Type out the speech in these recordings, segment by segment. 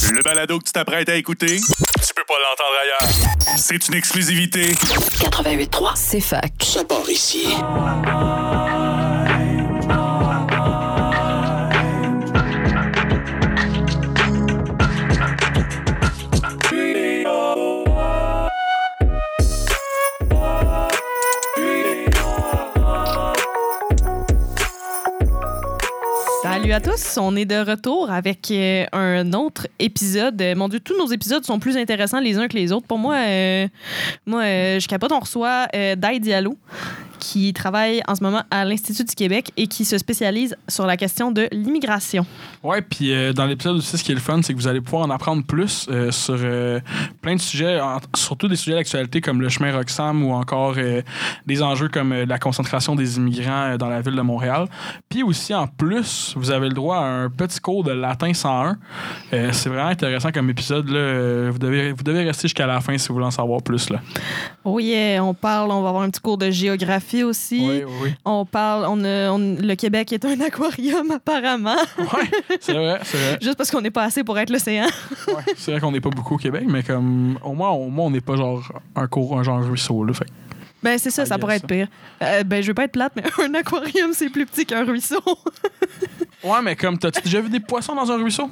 Le balado que tu t'apprêtes à écouter, tu peux pas l'entendre ailleurs. C'est une exclusivité. 88.3, c'est fac. Ça part ici. Salut à tous, on est de retour avec un autre épisode. Mon Dieu, tous nos épisodes sont plus intéressants les uns que les autres. Pour moi, je capote, on reçoit Dai Diallo, qui travaille en ce moment à l'Institut du Québec et qui se spécialise sur la question de l'immigration. Ouais, puis dans l'épisode aussi, ce qui est le fun, c'est que vous allez pouvoir en apprendre plus sur plein de sujets, surtout des sujets d'actualité comme le chemin Roxham ou encore des enjeux comme la concentration des immigrants dans la ville de Montréal. Puis aussi, en plus, vous avez le droit à un petit cours de latin 101. C'est vraiment intéressant comme épisode. Là. Vous devez rester jusqu'à la fin si vous voulez en savoir plus. Là. Oh yeah, on va avoir un petit cours de géographie aussi. Oui. Le Québec est un aquarium apparemment. Oui, c'est vrai. Juste parce qu'on n'est pas assez pour être l'océan. Ouais, c'est vrai qu'on n'est pas beaucoup au Québec, mais comme au moins on n'est pas genre un genre ruisseau. Là, fait. Ben c'est ça, ça pourrait être pire. Je veux pas être plate, mais un aquarium, c'est plus petit qu'un ruisseau. Ouais, mais comme, t'as-tu déjà vu des poissons dans un ruisseau?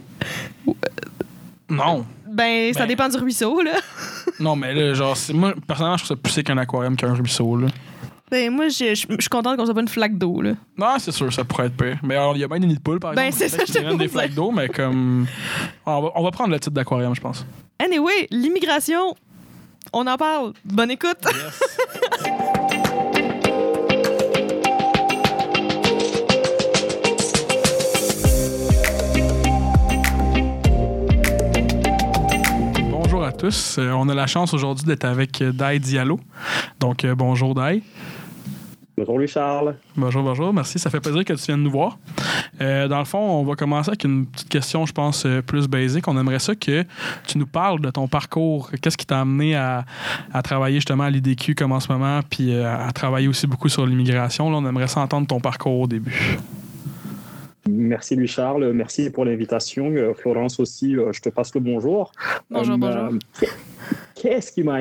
Non. Ça dépend du ruisseau, là. Non, mais là, genre, moi, personnellement, je trouve ça plus sick qu'un aquarium qu'un ruisseau, là. Moi, je suis contente qu'on soit pas une flaque d'eau, là. Non, c'est sûr, ça pourrait être pire. Mais alors, il y a bien des nids de poules, par exemple. C'est ça, je te des flaques d'eau, mais comme... On va prendre le titre d'aquarium, je pense. Anyway, l'immigration, on en parle. Bonne écoute. Yes. Bonjour à tous. On a la chance aujourd'hui d'être avec Dai Diallo. Donc, bonjour Dai. Bonjour Louis-Charles. Bonjour. Merci. Ça fait plaisir que tu viennes nous voir. Dans le fond, on va commencer avec une petite question, je pense, plus basique. On aimerait ça que tu nous parles de ton parcours. Qu'est-ce qui t'a amené à travailler justement à l'IDQ comme en ce moment, puis à travailler aussi beaucoup sur l'immigration. Là, on aimerait ça entendre ton parcours au début. Merci Louis-Charles, merci pour l'invitation. Florence aussi, je te passe le bonjour. Bonjour. Qu'est-ce qui m'a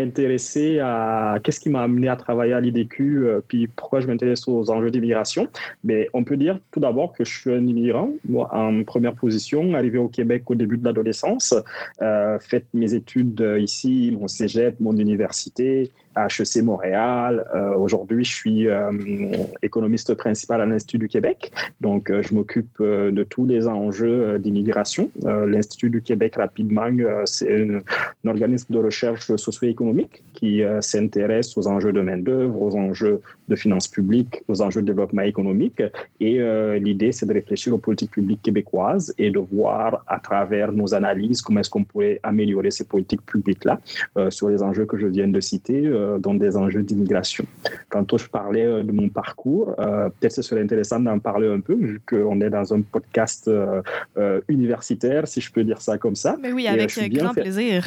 amené à travailler à l'IDQ, puis pourquoi je m'intéresse aux enjeux d'immigration? Mais on peut dire tout d'abord que je suis un immigrant, moi, en première position, arrivé au Québec au début de l'adolescence, fait mes études ici, mon cégep, mon université, à HEC Montréal. Aujourd'hui, je suis économiste principal à l'Institut du Québec. Donc, je m'occupe de tous les enjeux d'immigration. L'Institut du Québec, rapidement, c'est un organisme de recherche socio-économique qui s'intéresse aux enjeux de main-d'œuvre, aux enjeux de finances publiques, aux enjeux de développement économique. Et l'idée, c'est de réfléchir aux politiques publiques québécoises et de voir à travers nos analyses comment est-ce qu'on pourrait améliorer ces politiques publiques-là sur les enjeux que je viens de citer, dont des enjeux d'immigration. Quand je parlais de mon parcours, peut-être ce serait intéressant d'en parler un peu, vu qu'on est dans un podcast universitaire, si je peux dire ça comme ça. Mais oui, avec grand plaisir.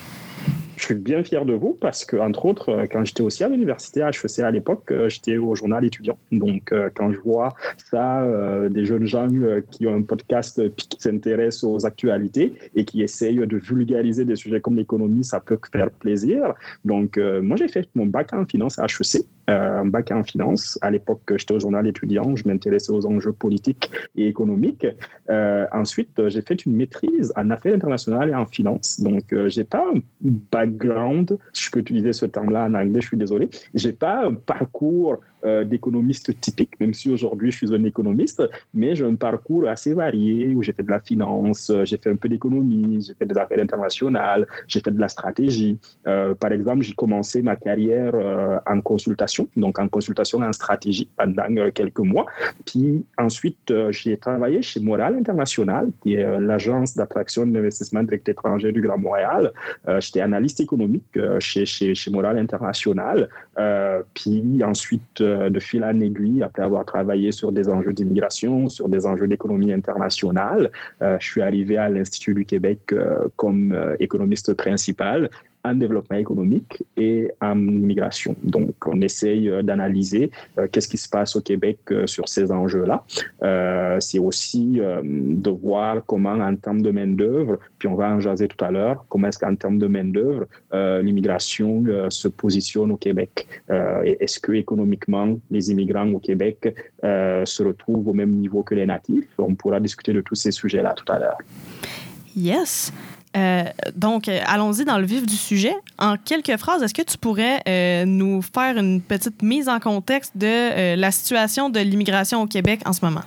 Je suis bien fier de vous parce que, entre autres, quand j'étais aussi à l'université à HEC à l'époque, j'étais au journal étudiant. Donc, quand je vois ça, des jeunes gens qui ont un podcast qui s'intéressent aux actualités et qui essayent de vulgariser des sujets comme l'économie, ça peut faire plaisir. Donc, moi, j'ai fait mon bac en finance à HEC. Un bac en finance. À l'époque, j'étais au journal étudiant, je m'intéressais aux enjeux politiques et économiques. Ensuite, j'ai fait une maîtrise en affaires internationales et en finance. Donc, j'ai pas un background, si je peux utiliser ce terme-là en anglais, je suis désolé. J'ai pas un parcours d'économiste typique, même si aujourd'hui je suis un économiste, mais j'ai un parcours assez varié où j'ai fait de la finance, j'ai fait un peu d'économie, j'ai fait des affaires internationales, j'ai fait de la stratégie. Par exemple, j'ai commencé ma carrière en consultation, donc en consultation en stratégie pendant quelques mois. Puis ensuite, j'ai travaillé chez Montréal International, qui est l'agence d'attraction d'investissement direct étranger du Grand Montréal. J'étais analyste économique chez Montréal International. Puis ensuite, de fil en aiguille, après avoir travaillé sur des enjeux d'immigration, sur des enjeux d'économie internationale, je suis arrivé à l'Institut du Québec comme économiste principal. en développement économique et en immigration. Donc, on essaye d'analyser qu'est-ce qui se passe au Québec sur ces enjeux-là. C'est aussi de voir comment, en termes de main-d'œuvre, puis on va en jaser tout à l'heure, comment est-ce qu'en termes de main-d'œuvre, l'immigration se positionne au Québec. Est-ce que économiquement, les immigrants au Québec se retrouvent au même niveau que les natifs? On pourra discuter de tous ces sujets-là tout à l'heure. Yes. Donc, allons-y dans le vif du sujet. En quelques phrases, est-ce que tu pourrais nous faire une petite mise en contexte de la situation de l'immigration au Québec en ce moment?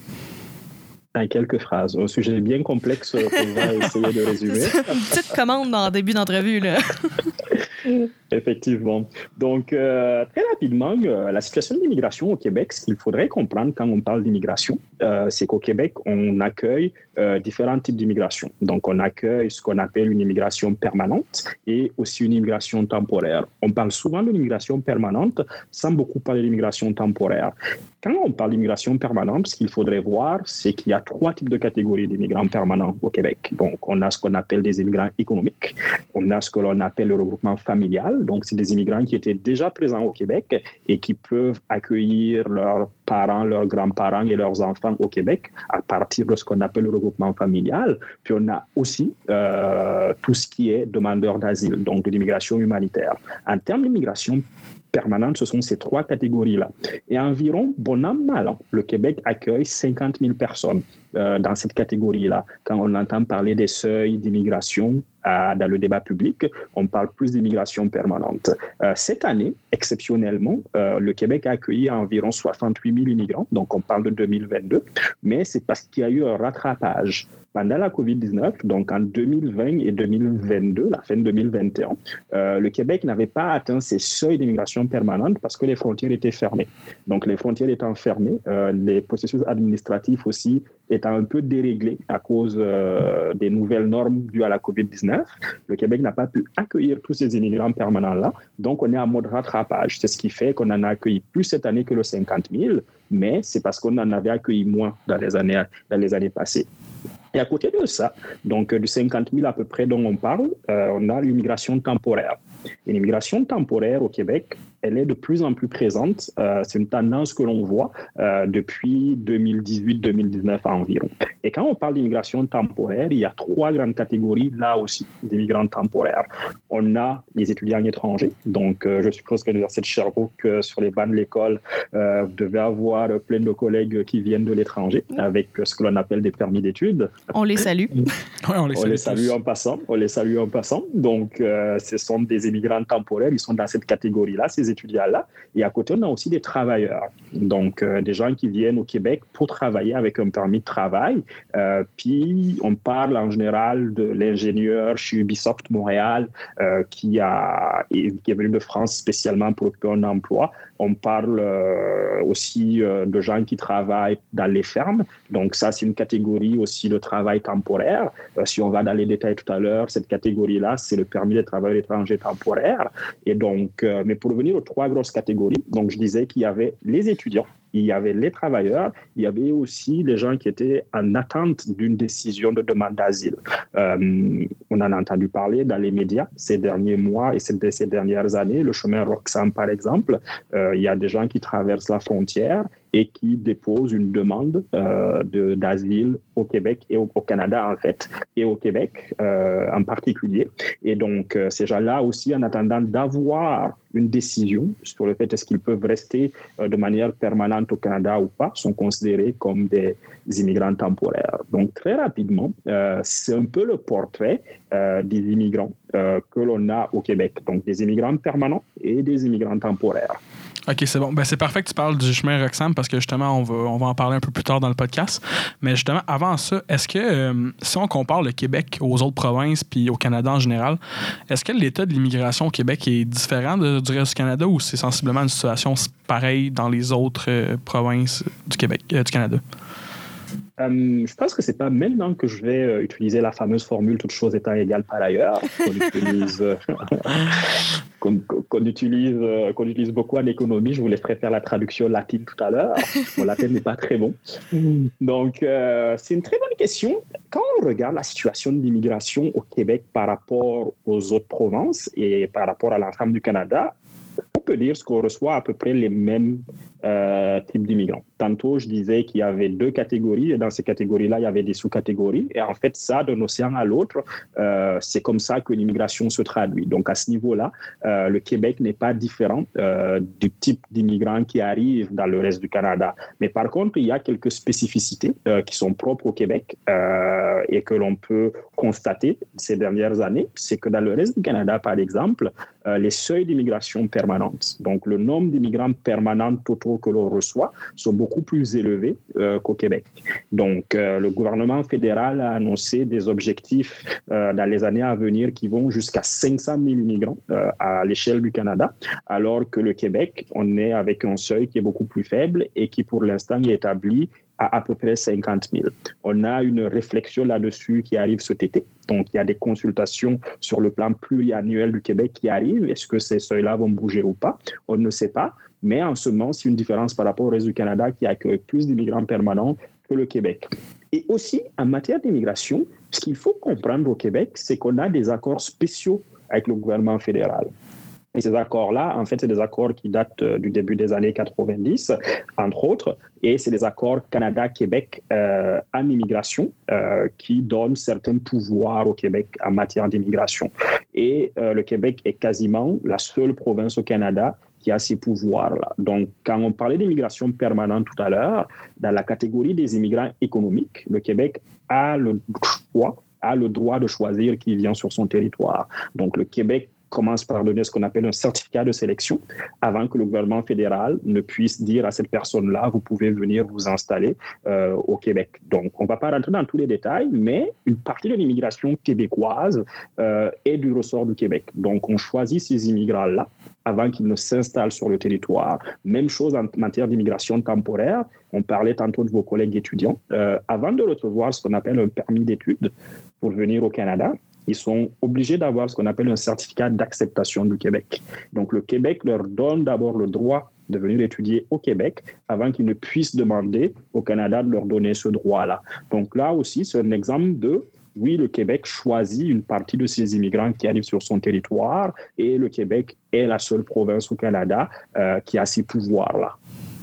En quelques phrases. Un sujet bien complexe qu'on va essayer de résumer. C'est une petite commande en début d'entrevue, là. Effectivement. Donc, très rapidement, la situation de l'immigration au Québec, ce qu'il faudrait comprendre quand on parle d'immigration, c'est qu'au Québec, on accueille différents types d'immigration. Donc, on accueille ce qu'on appelle une immigration permanente et aussi une immigration temporaire. On parle souvent de l'immigration permanente sans beaucoup parler d'immigration temporaire. Quand on parle d'immigration permanente, ce qu'il faudrait voir, c'est qu'il y a 3 types de catégories d'immigrants permanents au Québec. Donc, on a ce qu'on appelle des immigrants économiques, on a ce que l'on appelle le regroupement familial. Donc, c'est des immigrants qui étaient déjà présents au Québec et qui peuvent accueillir leurs parents, leurs grands-parents et leurs enfants au Québec à partir de ce qu'on appelle le regroupement familial. Puis, on a aussi tout ce qui est demandeur d'asile, donc de l'immigration humanitaire. En termes d'immigration permanente, ce sont ces 3 catégories-là. Et environ, bon an, mal an, le Québec accueille 50 000 personnes dans cette catégorie-là. Quand on entend parler des seuils d'immigration dans le débat public, on parle plus d'immigration permanente. Cette année, exceptionnellement, le Québec a accueilli environ 68 000 immigrants, donc on parle de 2022, mais c'est parce qu'il y a eu un rattrapage. Pendant la COVID-19, donc en 2020 et 2022, la fin de 2021, le Québec n'avait pas atteint ces seuils d'immigration permanente parce que les frontières étaient fermées. Donc les frontières étant fermées, les processus administratifs aussi étant un peu déréglés à cause des nouvelles normes dues à la COVID-19, le Québec n'a pas pu accueillir tous ces immigrants permanents-là. Donc on est en mode rattrapage. C'est ce qui fait qu'on en a accueilli plus cette année que le 50 000, mais c'est parce qu'on en avait accueilli moins dans les années passées. Et à côté de ça, donc du 50 000 à peu près dont on parle, on a l'immigration temporaire. Et l'immigration temporaire au Québec, elle est de plus en plus présente. C'est une tendance que l'on voit depuis 2018-2019 environ. Et quand on parle d'immigration temporaire, il y a 3 grandes catégories là aussi d'immigrants temporaires. On a les étudiants étrangers. Donc, je suppose que l'Université de Sherbrooke, sur les bancs de l'école, devait avoir plein de collègues qui viennent de l'étranger avec ce que l'on appelle des permis d'études. On les salue. Ouais, on les salue en passant. On les salue en passant. Donc, ce sont des immigrants temporaires. Ils sont dans cette catégorie-là, ces étudiants-là. Et à côté, on a aussi des travailleurs. Donc, des gens qui viennent au Québec pour travailler avec un permis de travail. Puis, on parle en général de l'ingénieur chez Ubisoft Montréal qui est venu de France spécialement pour occuper un emploi. On parle aussi de gens qui travaillent dans les fermes. Donc, ça, c'est une catégorie aussi de travail temporaire. Si on va dans les détails tout à l'heure, cette catégorie-là, c'est le permis de travail étranger temporaire. Et donc, mais pour revenir aux 3 grosses catégories, donc je disais qu'il y avait les étudiants, il y avait les travailleurs, il y avait aussi les gens qui étaient en attente d'une décision de demande d'asile. On en a entendu parler dans les médias ces derniers mois et ces dernières années. Le chemin Roxham, par exemple, il y a des gens qui traversent la frontière et qui déposent une demande d'asile au Québec et au Canada, en fait, et au Québec en particulier. Et donc, ces gens-là aussi, en attendant d'avoir une décision sur le fait est-ce qu'ils peuvent rester de manière permanente au Canada ou pas, sont considérés comme des immigrants temporaires. Donc, très rapidement, c'est un peu le portrait des immigrants que l'on a au Québec. Donc, des immigrants permanents et des immigrants temporaires. OK, c'est bon. Ben, c'est parfait que tu parles du chemin Roxham parce que justement, on va en parler un peu plus tard dans le podcast. Mais justement, avant ça, est-ce que si on compare le Québec aux autres provinces puis au Canada en général, est-ce que l'état de l'immigration au Québec est différent du reste du Canada ou c'est sensiblement une situation pareille dans les autres provinces du Québec, du Canada? Je pense que c'est pas maintenant que je vais utiliser la fameuse formule « toutes choses étant égales par ailleurs » qu'on utilise beaucoup en économie. Je vous laisserai faire la traduction latine tout à l'heure. Mon latin n'est pas très bon. Donc, c'est une très bonne question. Quand on regarde la situation de l'immigration au Québec par rapport aux autres provinces et par rapport à l'ensemble du Canada, on peut dire qu'on reçoit à peu près les mêmes types d'immigrants. Tantôt, je disais qu'il y avait 2 catégories et dans ces catégories-là, il y avait des sous-catégories. Et en fait, ça, d'un océan à l'autre, c'est comme ça que l'immigration se traduit. Donc, à ce niveau-là, le Québec n'est pas différent du type d'immigrants qui arrivent dans le reste du Canada. Mais par contre, il y a quelques spécificités qui sont propres au Québec et que l'on peut constater ces dernières années. C'est que dans le reste du Canada, par exemple, les seuils d'immigration permanente, donc le nombre d'immigrants permanents totaux que l'on reçoit, sont beaucoup plus élevés qu'au Québec. Donc, le gouvernement fédéral a annoncé des objectifs dans les années à venir qui vont jusqu'à 500 000 immigrants à l'échelle du Canada, alors que le Québec, on est avec un seuil qui est beaucoup plus faible et qui, pour l'instant, est établi à peu près 50 000. On a une réflexion là-dessus qui arrive cet été. Donc, il y a des consultations sur le plan pluriannuel du Québec qui arrivent. Est-ce que ces seuils-là vont bouger ou pas? On ne sait pas. Mais en ce moment, c'est une différence par rapport au reste du Canada qui accueille plus d'immigrants permanents que le Québec. Et aussi, en matière d'immigration, ce qu'il faut comprendre au Québec, c'est qu'on a des accords spéciaux avec le gouvernement fédéral. Et ces accords-là, en fait, c'est des accords qui datent du début des années 90, entre autres, et c'est des accords Canada-Québec en immigration qui donnent certains pouvoirs au Québec en matière d'immigration. Et le Québec est quasiment la seule province au Canada qui a ces pouvoirs-là. Donc, quand on parlait d'immigration permanente tout à l'heure, dans la catégorie des immigrants économiques, le Québec a le droit de choisir qui vient sur son territoire. Donc, le Québec commence par donner ce qu'on appelle un certificat de sélection avant que le gouvernement fédéral ne puisse dire à cette personne-là, vous pouvez venir vous installer au Québec. Donc, on ne va pas rentrer dans tous les détails, mais une partie de l'immigration québécoise est du ressort du Québec. Donc, on choisit ces immigrants-là avant qu'ils ne s'installent sur le territoire. Même chose en matière d'immigration temporaire. On parlait tantôt de vos collègues étudiants. Avant de recevoir ce qu'on appelle un permis d'études pour venir au Canada, ils sont obligés d'avoir ce qu'on appelle un certificat d'acceptation du Québec. Donc, le Québec leur donne d'abord le droit de venir étudier au Québec avant qu'ils ne puissent demander au Canada de leur donner ce droit-là. Donc, là aussi, c'est un exemple de oui, le Québec choisit une partie de ces immigrants qui arrivent sur son territoire et le Québec est la seule province au Canada qui a ces pouvoirs-là.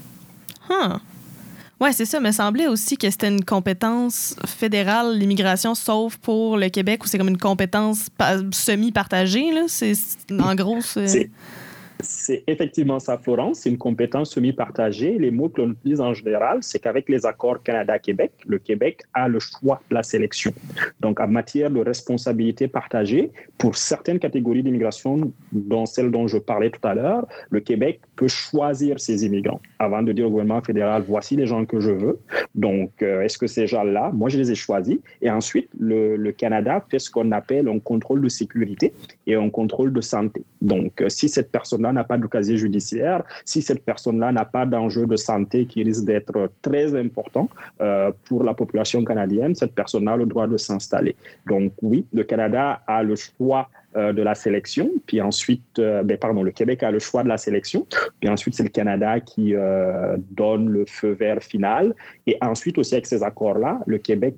Oui, c'est ça. Il me semblait aussi que c'était une compétence fédérale, l'immigration, sauf pour le Québec, où c'est comme une compétence semi-partagée. Là. En gros, C'est effectivement ça, Florence. C'est une compétence semi-partagée. Les mots que l'on utilise en général, c'est qu'avec les accords Canada-Québec, le Québec a le choix de la sélection. Donc, en matière de responsabilité partagée, pour certaines catégories d'immigration, dont celle dont je parlais tout à l'heure, le Québec peut choisir ses immigrants avant de dire au gouvernement fédéral, voici les gens que je veux. Donc, est-ce que ces gens-là, moi, je les ai choisis. Et ensuite, le Canada fait ce qu'on appelle un contrôle de sécurité et un contrôle de santé. Donc, si cette personne-là n'a pas de casier judiciaire, si cette personne-là n'a pas d'enjeu de santé qui risque d'être très important pour la population canadienne, cette personne-là a le droit de s'installer. Donc oui, le Canada a le choix de la sélection, puis ensuite, le Québec a le choix de la sélection, puis ensuite c'est le Canada qui donne le feu vert final, et ensuite aussi avec ces accords-là, le Québec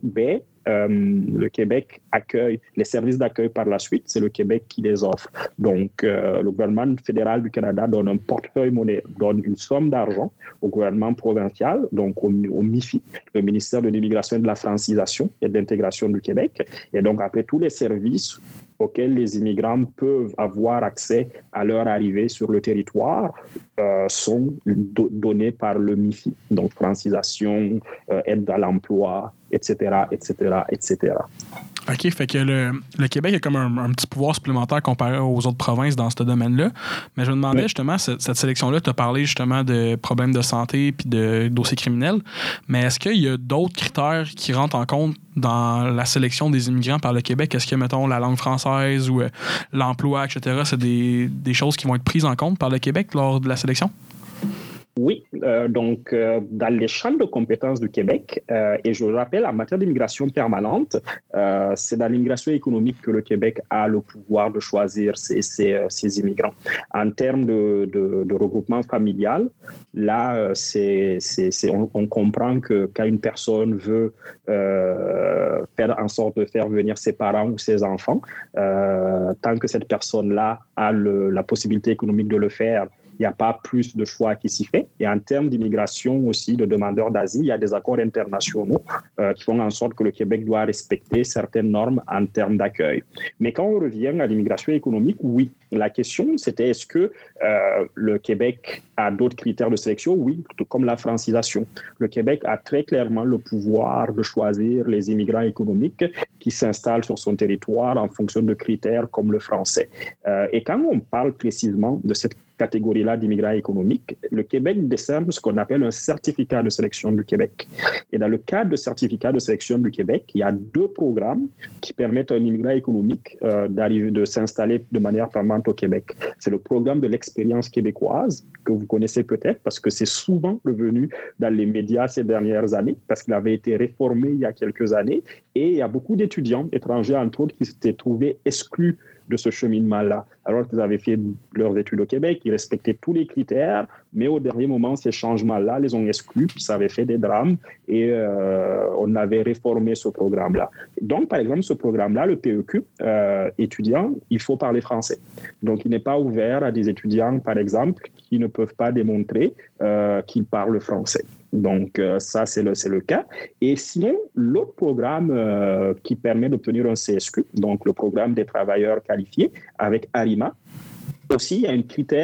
accueille les services d'accueil par la suite, c'est le Québec qui les offre. Donc, le gouvernement fédéral du Canada donne un portefeuille monnaie, donne une somme d'argent au gouvernement provincial, donc au MIFI, le ministère de l'Immigration et de la Francisation et de l'Intégration du Québec. Et donc, après tous les services auxquels les immigrants peuvent avoir accès à leur arrivée sur le territoire sont donnés par le MIFI, donc francisation, aide à l'emploi, etc., etc., etc. OK, fait que le Québec a comme un petit pouvoir supplémentaire comparé aux autres provinces dans ce domaine-là. Mais je me demandais justement, cette sélection-là, tu as parlé justement de problèmes de santé puis de dossiers criminels. Mais est-ce qu'il y a d'autres critères qui rentrent en compte dans la sélection des immigrants par le Québec? Est-ce que, mettons, la langue française ou l'emploi, etc., c'est des choses qui vont être prises en compte par le Québec lors de la sélection? Oui, dans les champs de compétences du Québec, et je le rappelle, en matière d'immigration permanente, c'est dans l'immigration économique que le Québec a le pouvoir de choisir ses immigrants. En termes de regroupement familial, là, on comprend que quand une personne veut faire en sorte de faire venir ses parents ou ses enfants, tant que cette personne-là a la possibilité économique de le faire, il n'y a pas plus de choix qui s'y fait. Et en termes d'immigration aussi, de demandeurs d'asile, il y a des accords internationaux qui font en sorte que le Québec doit respecter certaines normes en termes d'accueil. Mais quand on revient à l'immigration économique, oui. La question, c'était est-ce que le Québec a d'autres critères de sélection? Oui, tout comme la francisation. Le Québec a très clairement le pouvoir de choisir les immigrants économiques qui s'installent sur son territoire en fonction de critères comme le français. Et quand on parle précisément de cette catégorie-là d'immigrants économiques, le Québec décerne ce qu'on appelle un certificat de sélection du Québec. Et dans le cadre de certificat de sélection du Québec, il y a 2 programmes qui permettent à un immigrant économique de s'installer de manière permanente au Québec. C'est le programme de l'expérience québécoise, que vous connaissez peut-être, parce que c'est souvent revenu dans les médias ces dernières années, parce qu'il avait été réformé il y a quelques années, et il y a beaucoup d'étudiants étrangers, entre autres, qui s'étaient trouvés exclus de ce cheminement-là. Alors qu'ils avaient fait leurs études au Québec, ils respectaient tous les critères, mais au dernier moment, ces changements-là les ont exclus, puis ça avait fait des drames, et on avait réformé ce programme-là. Donc, par exemple, ce programme-là, le PEQ, étudiant, il faut parler français. Donc, il n'est pas ouvert à des étudiants, par exemple, qui ne peuvent pas démontrer qu'ils parlent français. Donc, ça, c'est le cas. Et sinon, l'autre programme qui permet d'obtenir un CSQ, donc le programme des travailleurs qualifiés, avec ARIMA, aussi, il y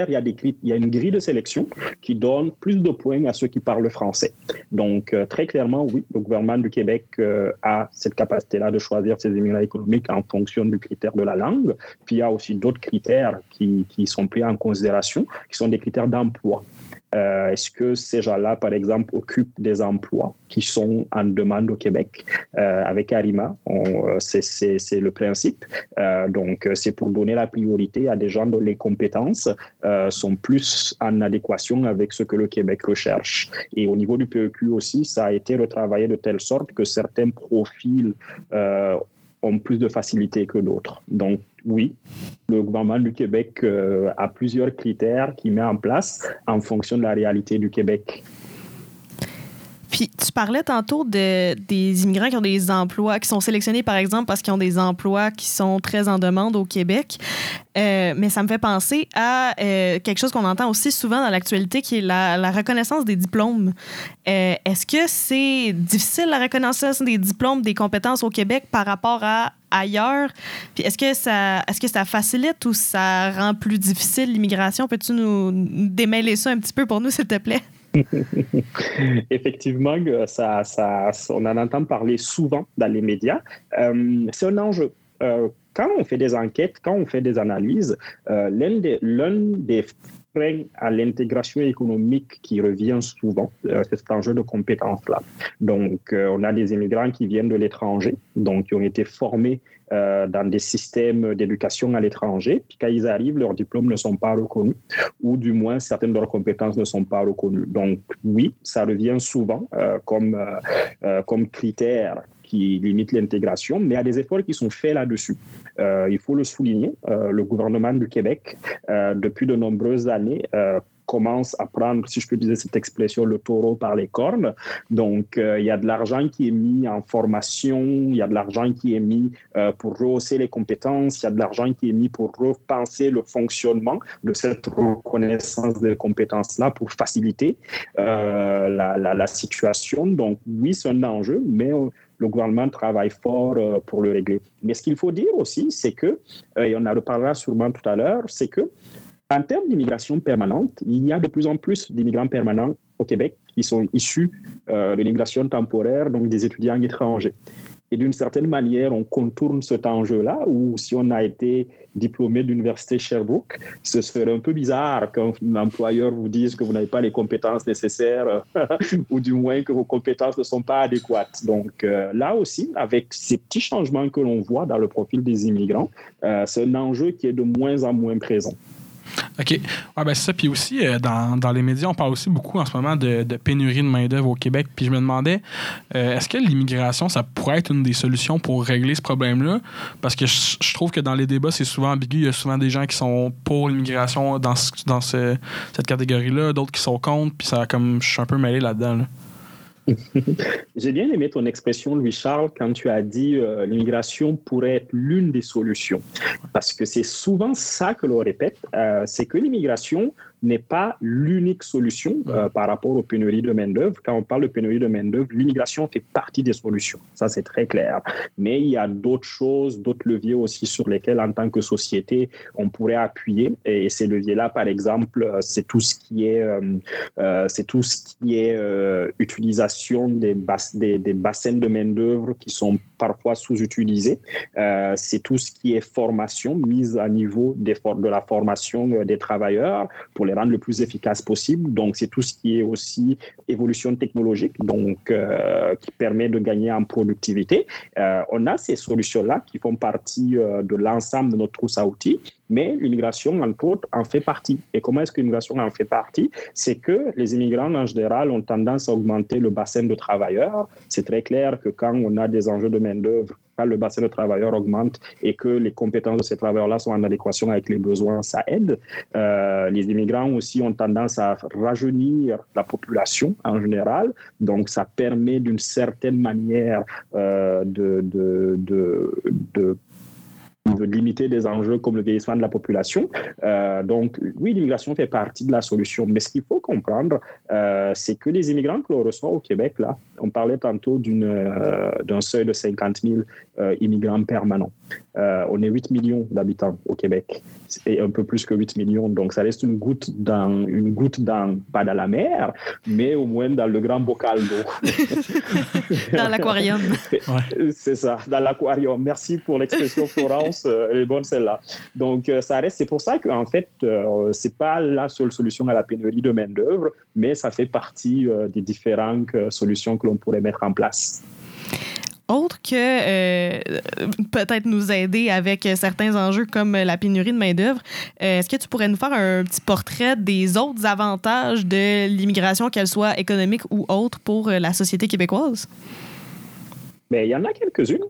a une grille de sélection qui donne plus de points à ceux qui parlent français. Donc, très clairement, oui, le gouvernement du Québec a cette capacité-là de choisir ses immigrants économiques en fonction du critère de la langue. Puis, il y a aussi d'autres critères qui sont pris en considération, qui sont des critères d'emploi. Est-ce que ces gens-là, par exemple, occupent des emplois qui sont en demande au Québec? Avec ARIMA, c'est le principe. Donc, c'est pour donner la priorité à des gens dont les compétences sont plus en adéquation avec ce que le Québec recherche. Et au niveau du PEQ aussi, ça a été retravaillé de telle sorte que certains profils ont plus de facilité que d'autres. Donc, oui, le gouvernement du Québec a plusieurs critères qu'il met en place en fonction de la réalité du Québec. Puis, tu parlais tantôt des immigrants qui ont des emplois, qui sont sélectionnés, par exemple, parce qu'ils ont des emplois qui sont très en demande au Québec. Mais ça me fait penser à quelque chose qu'on entend aussi souvent dans l'actualité, qui est la reconnaissance des diplômes. Est-ce que c'est difficile, la reconnaissance des diplômes, des compétences au Québec par rapport à ailleurs? Puis est-ce que ça facilite ou ça rend plus difficile l'immigration? Peux-tu nous démêler ça un petit peu pour nous, s'il te plaît? Effectivement, on en entend parler souvent dans les médias. C'est un enjeu. Quand on fait des enquêtes, quand on fait des analyses, l'un des freins à l'intégration économique qui revient souvent, c'est cet enjeu de compétences-là. Donc, on a des immigrants qui viennent de l'étranger, donc qui ont été formés dans des systèmes d'éducation à l'étranger. Puis quand ils arrivent, leurs diplômes ne sont pas reconnus, ou du moins certaines de leurs compétences ne sont pas reconnues. Donc oui, ça revient souvent comme critère qui limite l'intégration, mais il y a des efforts qui sont faits là-dessus. Il faut le souligner, le gouvernement du Québec, depuis de nombreuses années, commence à prendre, si je peux utiliser cette expression, le taureau par les cornes. Donc, il y a de l'argent qui est mis en formation, il y a de l'argent qui est mis pour rehausser les compétences, il y a de l'argent qui est mis pour repenser le fonctionnement de cette reconnaissance des compétences-là pour faciliter la situation. Donc, oui, c'est un enjeu, mais le gouvernement travaille fort pour le régler. Mais ce qu'il faut dire aussi, c'est que, et on en reparlera sûrement tout à l'heure, c'est que en termes d'immigration permanente, il y a de plus en plus d'immigrants permanents au Québec qui sont issus de l'immigration temporaire, donc des étudiants étrangers. Et d'une certaine manière, on contourne cet enjeu-là, où si on a été diplômé de l'université Sherbrooke, ce serait un peu bizarre qu'un employeur vous dise que vous n'avez pas les compétences nécessaires ou du moins que vos compétences ne sont pas adéquates. Donc là aussi, avec ces petits changements que l'on voit dans le profil des immigrants, c'est un enjeu qui est de moins en moins présent. OK. Ouais, ben c'est ça. Puis aussi, dans les médias, on parle aussi beaucoup en ce moment de pénurie de main-d'œuvre au Québec. Puis je me demandais, est-ce que l'immigration, ça pourrait être une des solutions pour régler ce problème-là? Parce que je trouve que dans les débats, c'est souvent ambigu. Il y a souvent des gens qui sont pour l'immigration dans cette catégorie-là, d'autres qui sont contre. Puis ça, comme je suis un peu mêlé là-dedans. Là. J'ai bien aimé ton expression, Louis-Charles, quand tu as dit l'immigration pourrait être l'une des solutions. Parce que c'est souvent ça que l'on répète, c'est que l'immigration n'est pas l'unique solution par rapport aux pénuries de main-d'œuvre. Quand on parle de pénurie de main-d'œuvre, l'immigration fait partie des solutions. Ça, c'est très clair. Mais il y a d'autres choses, d'autres leviers aussi sur lesquels, en tant que société, on pourrait appuyer. Et ces leviers-là, par exemple, c'est tout ce qui est, utilisation des bassins de main-d'œuvre qui sont parfois sous-utilisés. C'est tout ce qui est formation, mise à niveau de la formation des travailleurs pour les rendre le plus efficaces possible. Donc, c'est tout ce qui est aussi évolution technologique, donc qui permet de gagner en productivité. On a ces solutions-là qui font partie de l'ensemble de notre trousse à outils, mais l'immigration, entre autres, en fait partie. Et comment est-ce que l'immigration en fait partie? C'est que les immigrants, en général, ont tendance à augmenter le bassin de travailleurs. C'est très clair que quand on a des enjeux de main-d'œuvre, quand le bassin de travailleurs augmente et que les compétences de ces travailleurs-là sont en adéquation avec les besoins, ça aide. Les immigrants aussi ont tendance à rajeunir la population en général, donc ça permet d'une certaine manière de limiter des enjeux comme le vieillissement de la population. Donc, oui, l'immigration fait partie de la solution. Mais ce qu'il faut comprendre, c'est que les immigrants que l'on reçoit au Québec, là, on parlait tantôt d'un seuil de 50 000 immigrants permanents. On est 8 millions d'habitants au Québec et un peu plus que 8 millions. Donc, ça reste une goutte pas dans la mer, mais au moins dans le grand bocal d'eau. Dans l'aquarium. Ouais. C'est ça, dans l'aquarium. Merci pour l'expression, Florence. Elle est bonne, celle-là. Donc, ça reste. C'est pour ça qu'en fait, c'est pas la seule solution à la pénurie de main-d'œuvre, mais ça fait partie des différentes solutions que l'on pourrait mettre en place. Autre que peut-être nous aider avec certains enjeux comme la pénurie de main-d'œuvre, est-ce que tu pourrais nous faire un petit portrait des autres avantages de l'immigration, qu'elle soit économique ou autre, pour la société québécoise? Mais il y en a quelques-unes.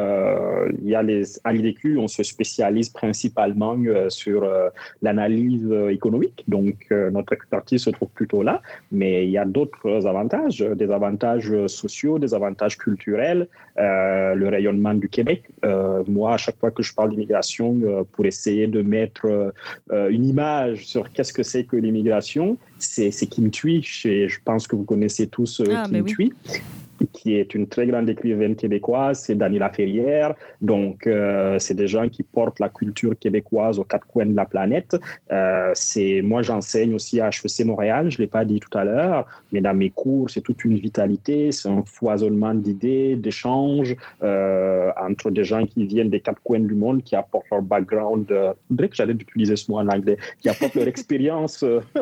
À l'IDQ, on se spécialise principalement sur l'analyse économique. Donc, notre expertise se trouve plutôt là. Mais il y a d'autres avantages, des avantages sociaux, des avantages culturels, le rayonnement du Québec. Moi, à chaque fois que je parle d'immigration, pour essayer de mettre une image sur qu'est-ce que c'est que l'immigration, c'est Kim Thuy. Je pense que vous connaissez tous Kim Thuy. Qui est une très grande écrivaine québécoise, c'est Daniela Ferrière. Donc, c'est des gens qui portent la culture québécoise aux quatre coins de la planète. Moi, j'enseigne aussi à HEC Montréal, je ne l'ai pas dit tout à l'heure, mais dans mes cours, c'est toute une vitalité, c'est un foisonnement d'idées, d'échanges entre des gens qui viennent des quatre coins du monde, qui apportent leur background. Je dirais que j'allais utiliser ce mot en anglais, qui apportent leur expérience,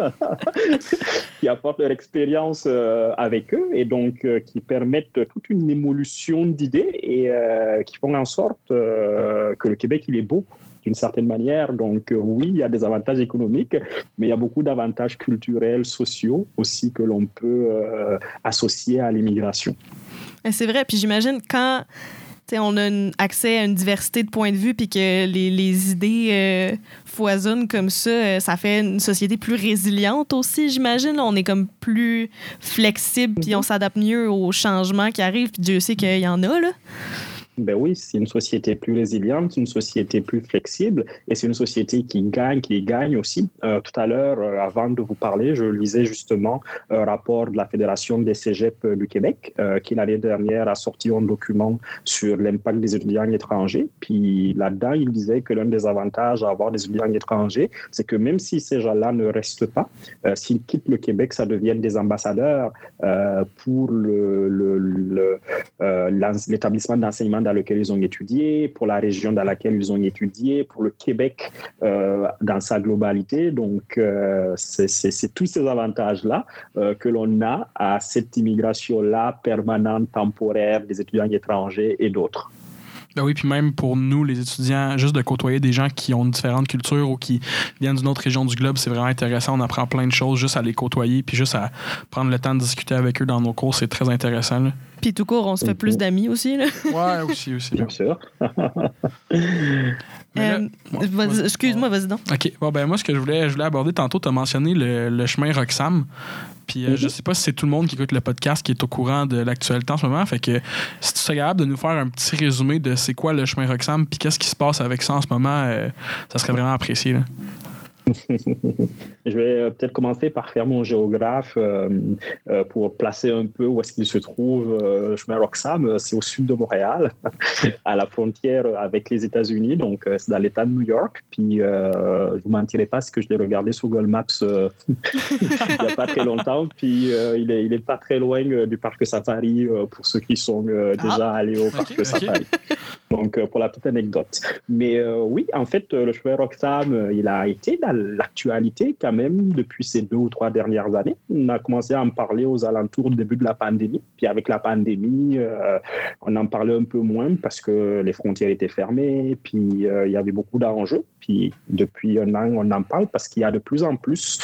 avec eux, et donc qui permettent toute une émulsion d'idées et qui font en sorte que le Québec, il est beau d'une certaine manière. Donc oui, il y a des avantages économiques, mais il y a beaucoup d'avantages culturels, sociaux aussi que l'on peut associer à l'immigration. C'est vrai, puis j'imagine quand on a accès à une diversité de points de vue puis que les idées foisonnent comme ça, ça fait une société plus résiliente aussi, j'imagine. On est comme plus flexible puis on s'adapte mieux aux changements qui arrivent, puis Dieu sait qu'il y en a, là. Ben oui, c'est une société plus résiliente, une société plus flexible et c'est une société qui gagne aussi. Tout à l'heure, avant de vous parler, je lisais justement un rapport de la Fédération des cégeps du Québec qui, l'année dernière, a sorti un document sur l'impact des étudiants étrangers. Puis là-dedans, il disait que l'un des avantages à avoir des étudiants étrangers, c'est que même si ces gens-là ne restent pas, s'ils quittent le Québec, ça devienne des ambassadeurs pour l'établissement d'enseignement dans lequel ils ont étudié, pour la région dans laquelle ils ont étudié, pour le Québec dans sa globalité. Donc, c'est tous ces avantages-là que l'on a à cette immigration-là permanente, temporaire des étudiants étrangers et d'autres. Ben oui, puis même pour nous, les étudiants, juste de côtoyer des gens qui ont différentes cultures ou qui viennent d'une autre région du globe, c'est vraiment intéressant. On apprend plein de choses juste à les côtoyer, puis juste à prendre le temps de discuter avec eux dans nos cours, c'est très intéressant. Là. Puis tout court, on se fait plus d'amis aussi. Là. Ouais, aussi. Bien sûr. Excuse-moi, vas-y donc. OK. Bon, ben moi, ce que je voulais aborder tantôt, tu as mentionné le chemin Roxham. Puis je sais pas si c'est tout le monde qui écoute le podcast qui est au courant de l'actualité en ce moment. Fait que si tu serais capable de nous faire un petit résumé de c'est quoi le chemin Roxham puis qu'est-ce qui se passe avec ça en ce moment, ça serait vraiment apprécié. Là. Je vais peut-être commencer par faire mon géographe pour placer un peu où est-ce qu'il se trouve. Le chemin Roxham, c'est au sud de Montréal, à la frontière avec les États-Unis, donc c'est dans l'État de New York. Puis je vous mentirai pas, c'est que je l'ai regardé sur Google Maps il n'y a pas très longtemps. Puis il est pas très loin du parc Safari pour ceux qui sont déjà allés au parc Safari. Donc pour la petite anecdote. Mais oui, en fait, le chemin Roxham, il a été dans l'actualité quand même depuis ces 2 ou 3 dernières années. On a commencé à en parler aux alentours du début de la pandémie. Puis avec la pandémie, on en parlait un peu moins parce que les frontières étaient fermées, puis il y avait beaucoup d'enjeux. Puis depuis un an, on en parle parce qu'il y a de plus en plus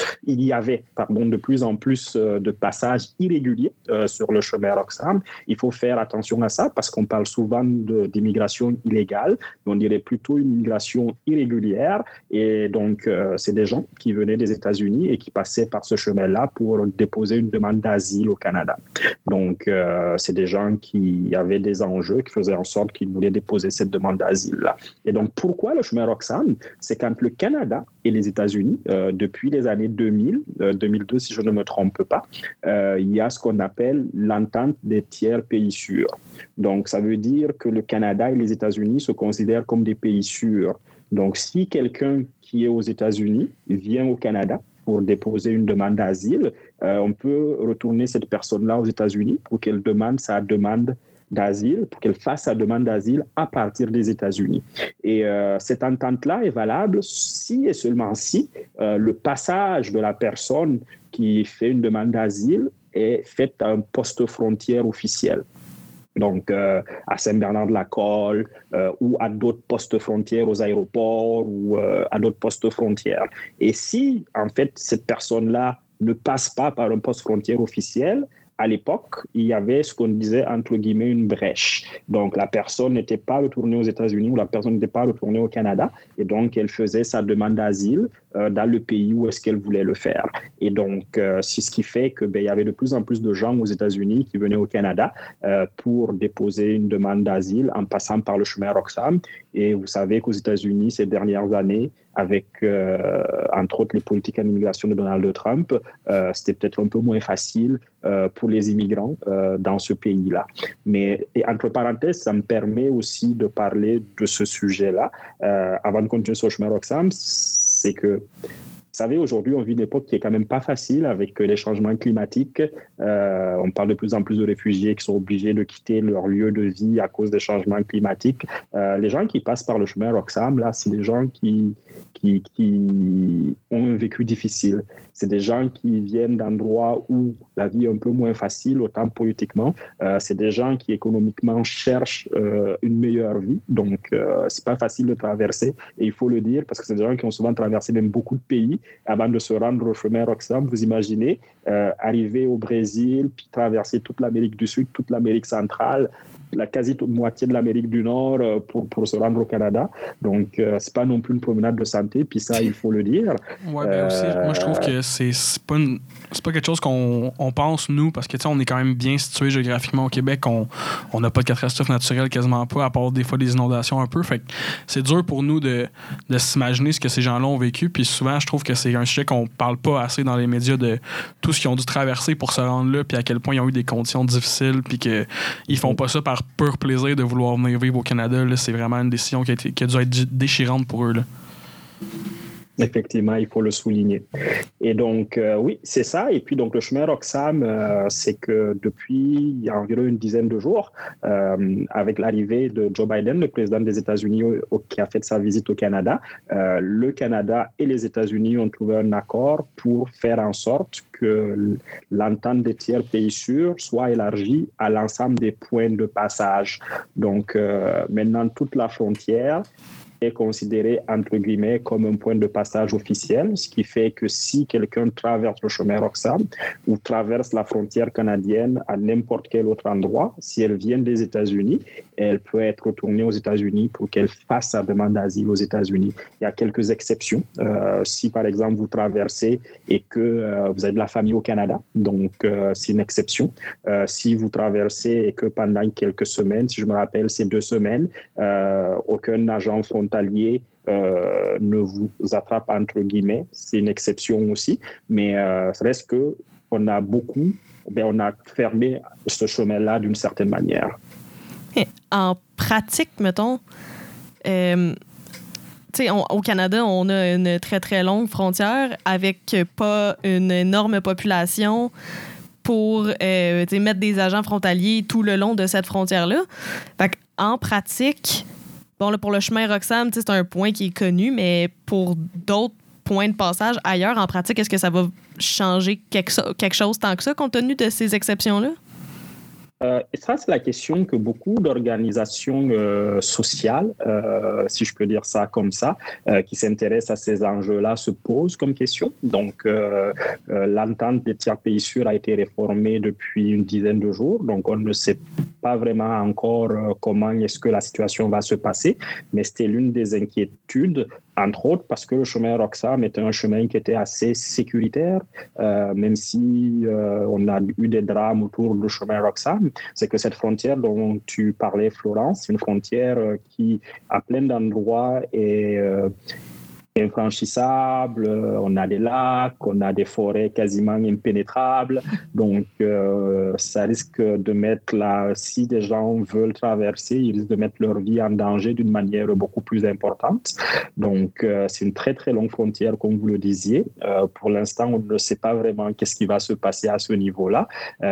de passages irréguliers sur le chemin Roxham. Il faut faire attention à ça parce qu'on parle souvent d'immigration illégale, mais on dirait plutôt une immigration irrégulière. Et donc, c'est des gens qui venaient des États-Unis et qui passaient par ce chemin-là pour déposer une demande d'asile au Canada. Donc, c'est des gens qui avaient des enjeux, qui faisaient en sorte qu'ils voulaient déposer cette demande d'asile-là. Et donc, pourquoi le chemin Roxham? C'est quand le Canada et les États-Unis, depuis les années 2000, 2002 si je ne me trompe pas, il y a ce qu'on appelle l'entente des tiers pays sûrs. Donc, ça veut dire que le Canada et les États-Unis se considèrent comme des pays sûrs. Donc, si quelqu'un qui est aux États-Unis vient au Canada pour déposer une demande d'asile, on peut retourner cette personne-là aux États-Unis pour qu'elle demande sa demande d'asile, pour qu'elle fasse sa demande d'asile à partir des États-Unis. Et cette entente-là est valable si et seulement si le passage de la personne qui fait une demande d'asile est fait à un poste frontière officiel. Donc, à Saint-Bernard-de-la-Colle ou à d'autres postes frontières aux aéroports ou à d'autres postes frontières. Et si, en fait, cette personne-là ne passe pas par un poste frontière officiel, à l'époque, il y avait ce qu'on disait, entre guillemets, une brèche. Donc, la personne n'était pas retournée aux États-Unis ou la personne n'était pas retournée au Canada. Et donc, elle faisait sa demande d'asile dans le pays où est-ce qu'elle voulait le faire. Et donc, c'est ce qui fait qu'il y avait de plus en plus de gens aux États-Unis qui venaient au Canada pour déposer une demande d'asile en passant par le chemin Roxham. Et vous savez qu'aux États-Unis, ces dernières années, avec, entre autres, les politiques en immigration de Donald Trump, c'était peut-être un peu moins facile pour les immigrants dans ce pays-là. Mais, et entre parenthèses, ça me permet aussi de parler de ce sujet-là. Avant de continuer sur le chemin Roxham, c'est que, vous savez, aujourd'hui, on vit une époque qui est quand même pas facile avec les changements climatiques. On parle de plus en plus de réfugiés qui sont obligés de quitter leur lieu de vie à cause des changements climatiques. Les gens qui passent par le chemin Roxham, là, c'est des gens qui ont un vécu difficile. C'est des gens qui viennent d'endroits où la vie est un peu moins facile, autant politiquement. C'est des gens qui économiquement cherchent une meilleure vie. Donc, c'est pas facile de traverser. Et il faut le dire parce que c'est des gens qui ont souvent traversé même beaucoup de pays avant de se rendre au chemin Roxham. Vous imaginez arriver au Brésil, puis traverser toute l'Amérique du Sud, toute l'Amérique centrale, la quasi-moitié de l'Amérique du Nord pour se rendre au Canada. Donc, c'est pas non plus une promenade de santé, puis ça, il faut le dire. Oui, bien aussi. Moi, je trouve que c'est pas quelque chose qu'on pense, nous, parce que, tu sais, on est quand même bien situé géographiquement au Québec. On n'a pas de catastrophes naturelles, quasiment pas, à part des fois des inondations un peu. Fait que c'est dur pour nous de s'imaginer ce que ces gens-là ont vécu. Puis souvent, je trouve que c'est un sujet qu'on parle pas assez dans les médias de tout ce qu'ils ont dû traverser pour se rendre là, puis à quel point ils ont eu des conditions difficiles, puis qu'ils font pas ça par pur plaisir de vouloir venir vivre au Canada. Là, c'est vraiment une décision qui a dû être déchirante pour eux. Là. Effectivement, il faut le souligner. Et donc, oui, c'est ça. Et puis, donc, le chemin Roxham, c'est que depuis il y a environ une dizaine de jours, avec l'arrivée de Joe Biden, le président des États-Unis, qui a fait sa visite au Canada, le Canada et les États-Unis ont trouvé un accord pour faire en sorte que l'entente des tiers pays sûrs soit élargie à l'ensemble des points de passage. Donc, maintenant, toute la frontière est considéré, entre guillemets, comme un point de passage officiel, ce qui fait que si quelqu'un traverse le chemin Roxham ou traverse la frontière canadienne à n'importe quel autre endroit, si elle vient des États-Unis, elle peut être retournée aux États-Unis pour qu'elle fasse sa demande d'asile aux États-Unis. Il y a quelques exceptions. Si, par exemple, vous traversez et que vous avez de la famille au Canada, donc c'est une exception. Si vous traversez et que pendant quelques semaines, si je me rappelle, c'est 2 semaines, aucun agent frontalier ne vous attrape, entre guillemets. C'est une exception aussi, mais ça reste qu'on a on a fermé ce chemin-là d'une certaine manière. Et en pratique, mettons, au Canada, on a une très, très longue frontière avec pas une énorme population pour mettre des agents frontaliers tout le long de cette frontière-là. Fait en pratique, bon, là, pour le chemin Roxham, c'est un point qui est connu, mais pour d'autres points de passage ailleurs, en pratique, est-ce que ça va changer quelque chose tant que ça, compte tenu de ces exceptions-là? Et ça, c'est la question que beaucoup d'organisations sociales, si je peux dire ça comme ça, qui s'intéressent à ces enjeux-là, se posent comme question. Donc, l'entente des tiers pays sûrs a été réformée depuis une dizaine de jours. Donc, on ne sait pas vraiment encore comment est-ce que la situation va se passer, mais c'était l'une des inquiétudes, entre autres parce que le chemin Roxham était un chemin qui était assez sécuritaire, même si on a eu des drames autour du chemin Roxham. C'est que cette frontière dont tu parlais, Florence, c'est une frontière qui, à plein d'endroits, est infranchissable, on a des lacs, on a des forêts quasiment impénétrables, donc ça risque de mettre là, si des gens veulent traverser, ils risquent de mettre leur vie en danger d'une manière beaucoup plus importante. Donc c'est une très très longue frontière, comme vous le disiez. Pour l'instant, on ne sait pas vraiment qu'est-ce qui va se passer à ce niveau-là,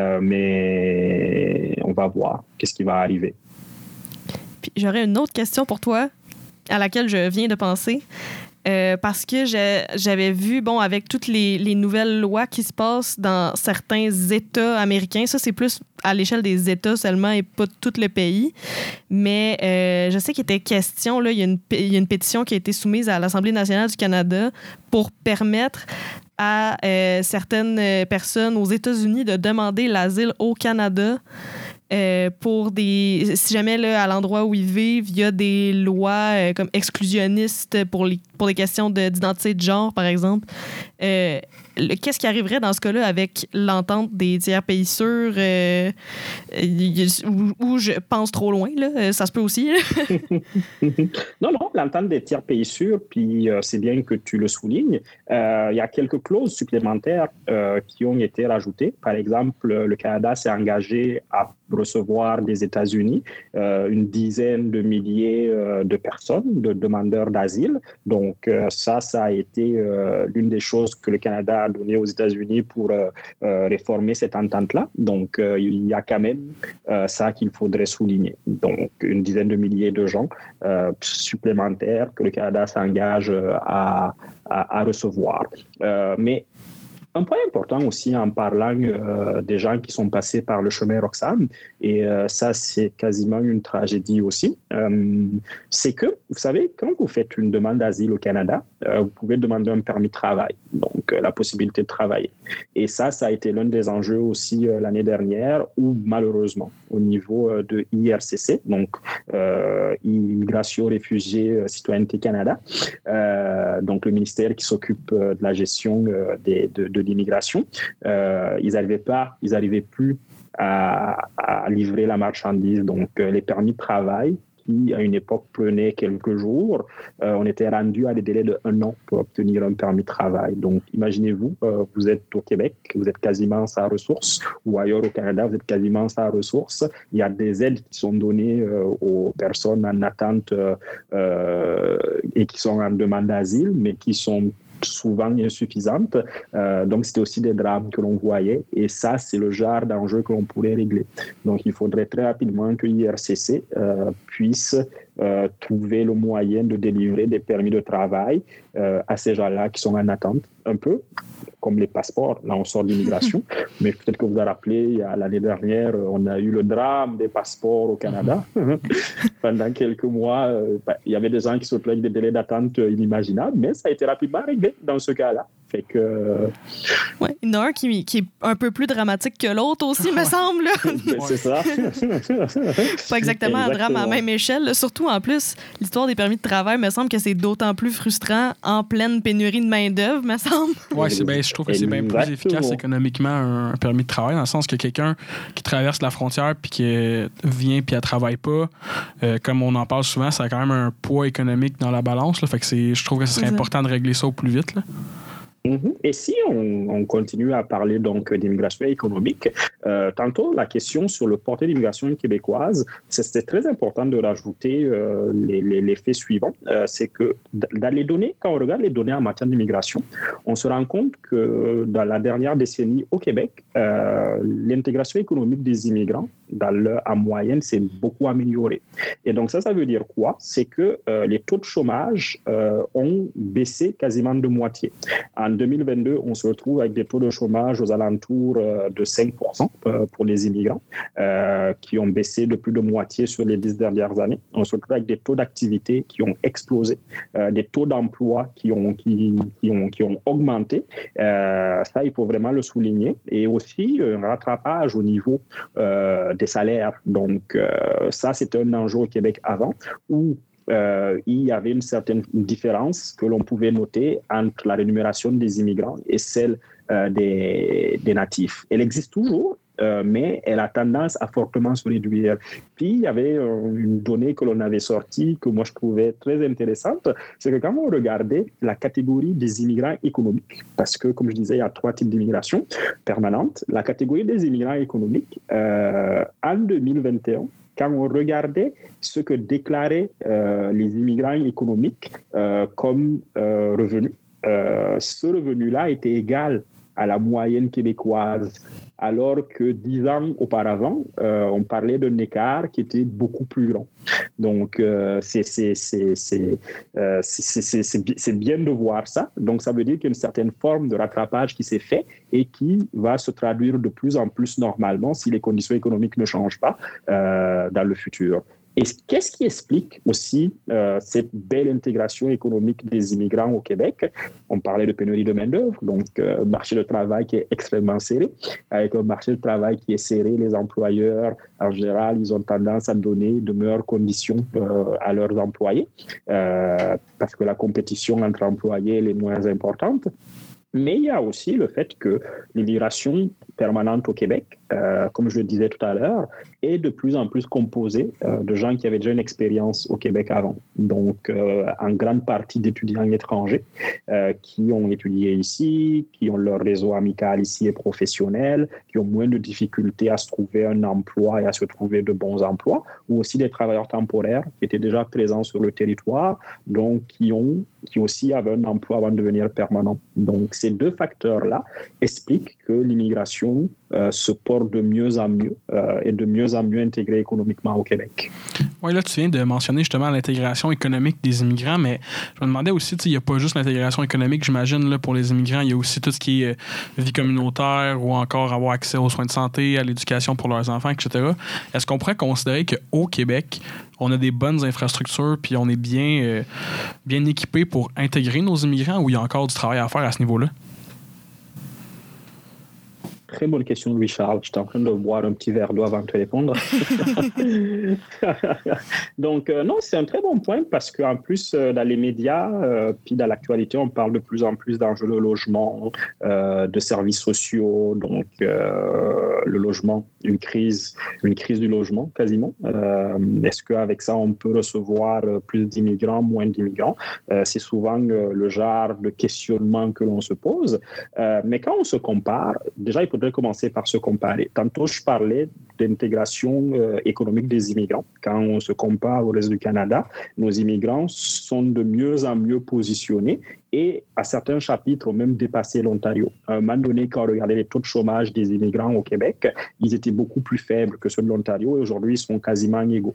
mais on va voir qu'est-ce qui va arriver. Puis j'aurais une autre question pour toi, à laquelle je viens de penser. Parce que j'avais vu, bon, avec toutes les nouvelles lois qui se passent dans certains États américains, ça, c'est plus à l'échelle des États seulement et pas de tout le pays. Mais je sais qu'il était question, là, il y a une pétition qui a été soumise à l'Assemblée nationale du Canada pour permettre à certaines personnes aux États-Unis de demander l'asile au Canada. Si jamais là, à l'endroit où ils vivent, il y a des lois comme exclusionnistes pour des questions d'identité de genre, par exemple. Qu'est-ce qui arriverait dans ce cas-là avec l'entente des tiers pays sûrs où je pense trop loin, là, ça se peut aussi. Non, l'entente des tiers pays sûrs, puis c'est bien que tu le soulignes. Il y a quelques clauses supplémentaires qui ont été rajoutées. Par exemple, le Canada s'est engagé à recevoir des États-Unis une dizaine de milliers de personnes, de demandeurs d'asile. Donc, ça a été l'une des choses que le Canada a donné aux États-Unis pour réformer cette entente-là. Donc, il y a quand même ça qu'il faudrait souligner. Donc, une dizaine de milliers de gens supplémentaires que le Canada s'engage à recevoir. Mais un point important aussi en parlant des gens qui sont passés par le chemin Roxham, et ça c'est quasiment une tragédie aussi, c'est que, vous savez, quand vous faites une demande d'asile au Canada, vous pouvez demander un permis de travail, donc la possibilité de travailler. Et ça a été l'un des enjeux aussi l'année dernière, où malheureusement, au niveau de IRCC, donc Immigration, Réfugiés, Citoyenneté Canada, donc le ministère qui s'occupe de la gestion de l'immigration, ils n'arrivaient plus à livrer la marchandise. Donc, les permis de travail qui, à une époque, prenait quelques jours, on était rendu à des délais de 1 an pour obtenir un permis de travail. Donc, imaginez-vous, vous êtes au Québec, vous êtes quasiment sans ressources, ou ailleurs au Canada, vous êtes quasiment sans ressources. Il y a des aides qui sont données aux personnes en attente et qui sont en demande d'asile, mais qui sont souvent insuffisantes. Donc, c'était aussi des drames que l'on voyait. Et ça, c'est le genre d'enjeu que l'on pourrait régler. Donc, il faudrait très rapidement que l'IRCC puisse trouver le moyen de délivrer des permis de travail à ces gens-là qui sont en attente, un peu comme les passeports. Là, on sort de l'immigration. Mais peut-être que vous vous rappelez, l'année dernière, on a eu le drame des passeports au Canada. Pendant quelques mois, il y avait des gens qui se plaignent des délais d'attente inimaginables, mais ça a été rapidement réglé dans ce cas-là. Fait que... Ouais, il y en a un qui est un peu plus dramatique que l'autre aussi, me semble. C'est ça. Pas exactement un drame à la même échelle. Là. Surtout, en plus, l'histoire des permis de travail, me semble que c'est d'autant plus frustrant en pleine pénurie de main-d'œuvre, me semble. Oui, je trouve que c'est bien plus efficace économiquement un permis de travail, dans le sens que quelqu'un qui traverse la frontière puis qui vient puis elle travaille pas, comme on en parle souvent, ça a quand même un poids économique dans la balance. Là, fait que je trouve que ce serait important de régler ça au plus vite. Là. Et si on continue à parler donc d'immigration économique, tantôt la question sur le portée d'immigration québécoise, c'est très important de rajouter les faits suivants. C'est que dans les données, quand on regarde les données en matière d'immigration, on se rend compte que dans la dernière décennie au Québec, l'intégration économique des immigrants, en moyenne, s'est beaucoup améliorée. Et donc ça veut dire quoi? C'est que les taux de chômage ont baissé quasiment de moitié. En 2022, on se retrouve avec des taux de chômage aux alentours de 5% pour les immigrants, qui ont baissé de plus de moitié sur les 10 dernières années. On se retrouve avec des taux d'activité qui ont explosé, des taux d'emploi qui ont augmenté. Ça, il faut vraiment le souligner. Et aussi, un rattrapage au niveau des salaires. Donc, ça, c'était un enjeu au Québec avant, où il y avait une certaine différence que l'on pouvait noter entre la rémunération des immigrants et celle des natifs. Elle existe toujours, mais elle a tendance à fortement se réduire. Puis, il y avait une donnée que l'on avait sortie, que moi je trouvais très intéressante, c'est que quand on regardait la catégorie des immigrants économiques, parce que, comme je disais, il y a 3 types d'immigration permanente, la catégorie des immigrants économiques, en 2021, quand on regardait ce que déclaraient les immigrants économiques comme revenus, ce revenu-là était égal à la moyenne québécoise, alors que 10 ans auparavant, on parlait d'un écart qui était beaucoup plus grand. Donc, c'est bien de voir ça. Donc, ça veut dire qu'il y a une certaine forme de rattrapage qui s'est fait et qui va se traduire de plus en plus normalement si les conditions économiques ne changent pas dans le futur. Et qu'est-ce qui explique aussi cette belle intégration économique des immigrants au Québec? On parlait de pénurie de main-d'œuvre, donc marché de travail qui est extrêmement serré. Avec un marché de travail qui est serré, les employeurs, en général, ils ont tendance à donner de meilleures conditions à leurs employés parce que la compétition entre employés est moins importante. Mais il y a aussi le fait que l'immigration permanente au Québec, comme je le disais tout à l'heure, est de plus en plus composée de gens qui avaient déjà une expérience au Québec avant. Donc, en grande partie d'étudiants étrangers qui ont étudié ici, qui ont leur réseau amical ici et professionnel, qui ont moins de difficultés à se trouver un emploi et à se trouver de bons emplois, ou aussi des travailleurs temporaires qui étaient déjà présents sur le territoire, donc qui aussi avaient un emploi avant de devenir permanent. Donc, ces 2 facteurs-là expliquent que l'immigration se porte de mieux en mieux et de mieux en mieux intégrée économiquement au Québec. Oui, là, tu viens de mentionner justement l'intégration économique des immigrants, mais je me demandais aussi, il n'y a pas juste l'intégration économique, j'imagine, là, pour les immigrants, il y a aussi tout ce qui est vie communautaire ou encore avoir accès aux soins de santé, à l'éducation pour leurs enfants, etc. Est-ce qu'on pourrait considérer qu'au Québec, on a des bonnes infrastructures puis on est bien équipé pour intégrer nos immigrants ou il y a encore du travail à faire à ce niveau-là? Très bonne question, Louis-Charles. J'étais en train de boire un petit verre d'eau avant de te répondre. Donc, non, c'est un très bon point parce qu'en plus, dans les médias, puis dans l'actualité, on parle de plus en plus d'enjeux de logement, de services sociaux, donc le logement, une crise du logement quasiment. Est-ce qu'avec ça, on peut recevoir plus d'immigrants, moins d'immigrants? C'est souvent le genre de questionnement que l'on se pose. Mais quand on se compare, déjà, il faudrait commencer par se comparer. Tantôt, je parlais d'intégration économique des immigrants. Quand on se compare au reste du Canada, nos immigrants sont de mieux en mieux positionnés et à certains chapitres ont même dépassé l'Ontario. À un moment donné, quand on regardait les taux de chômage des immigrants au Québec, ils étaient beaucoup plus faibles que ceux de l'Ontario et aujourd'hui, ils sont quasiment égaux.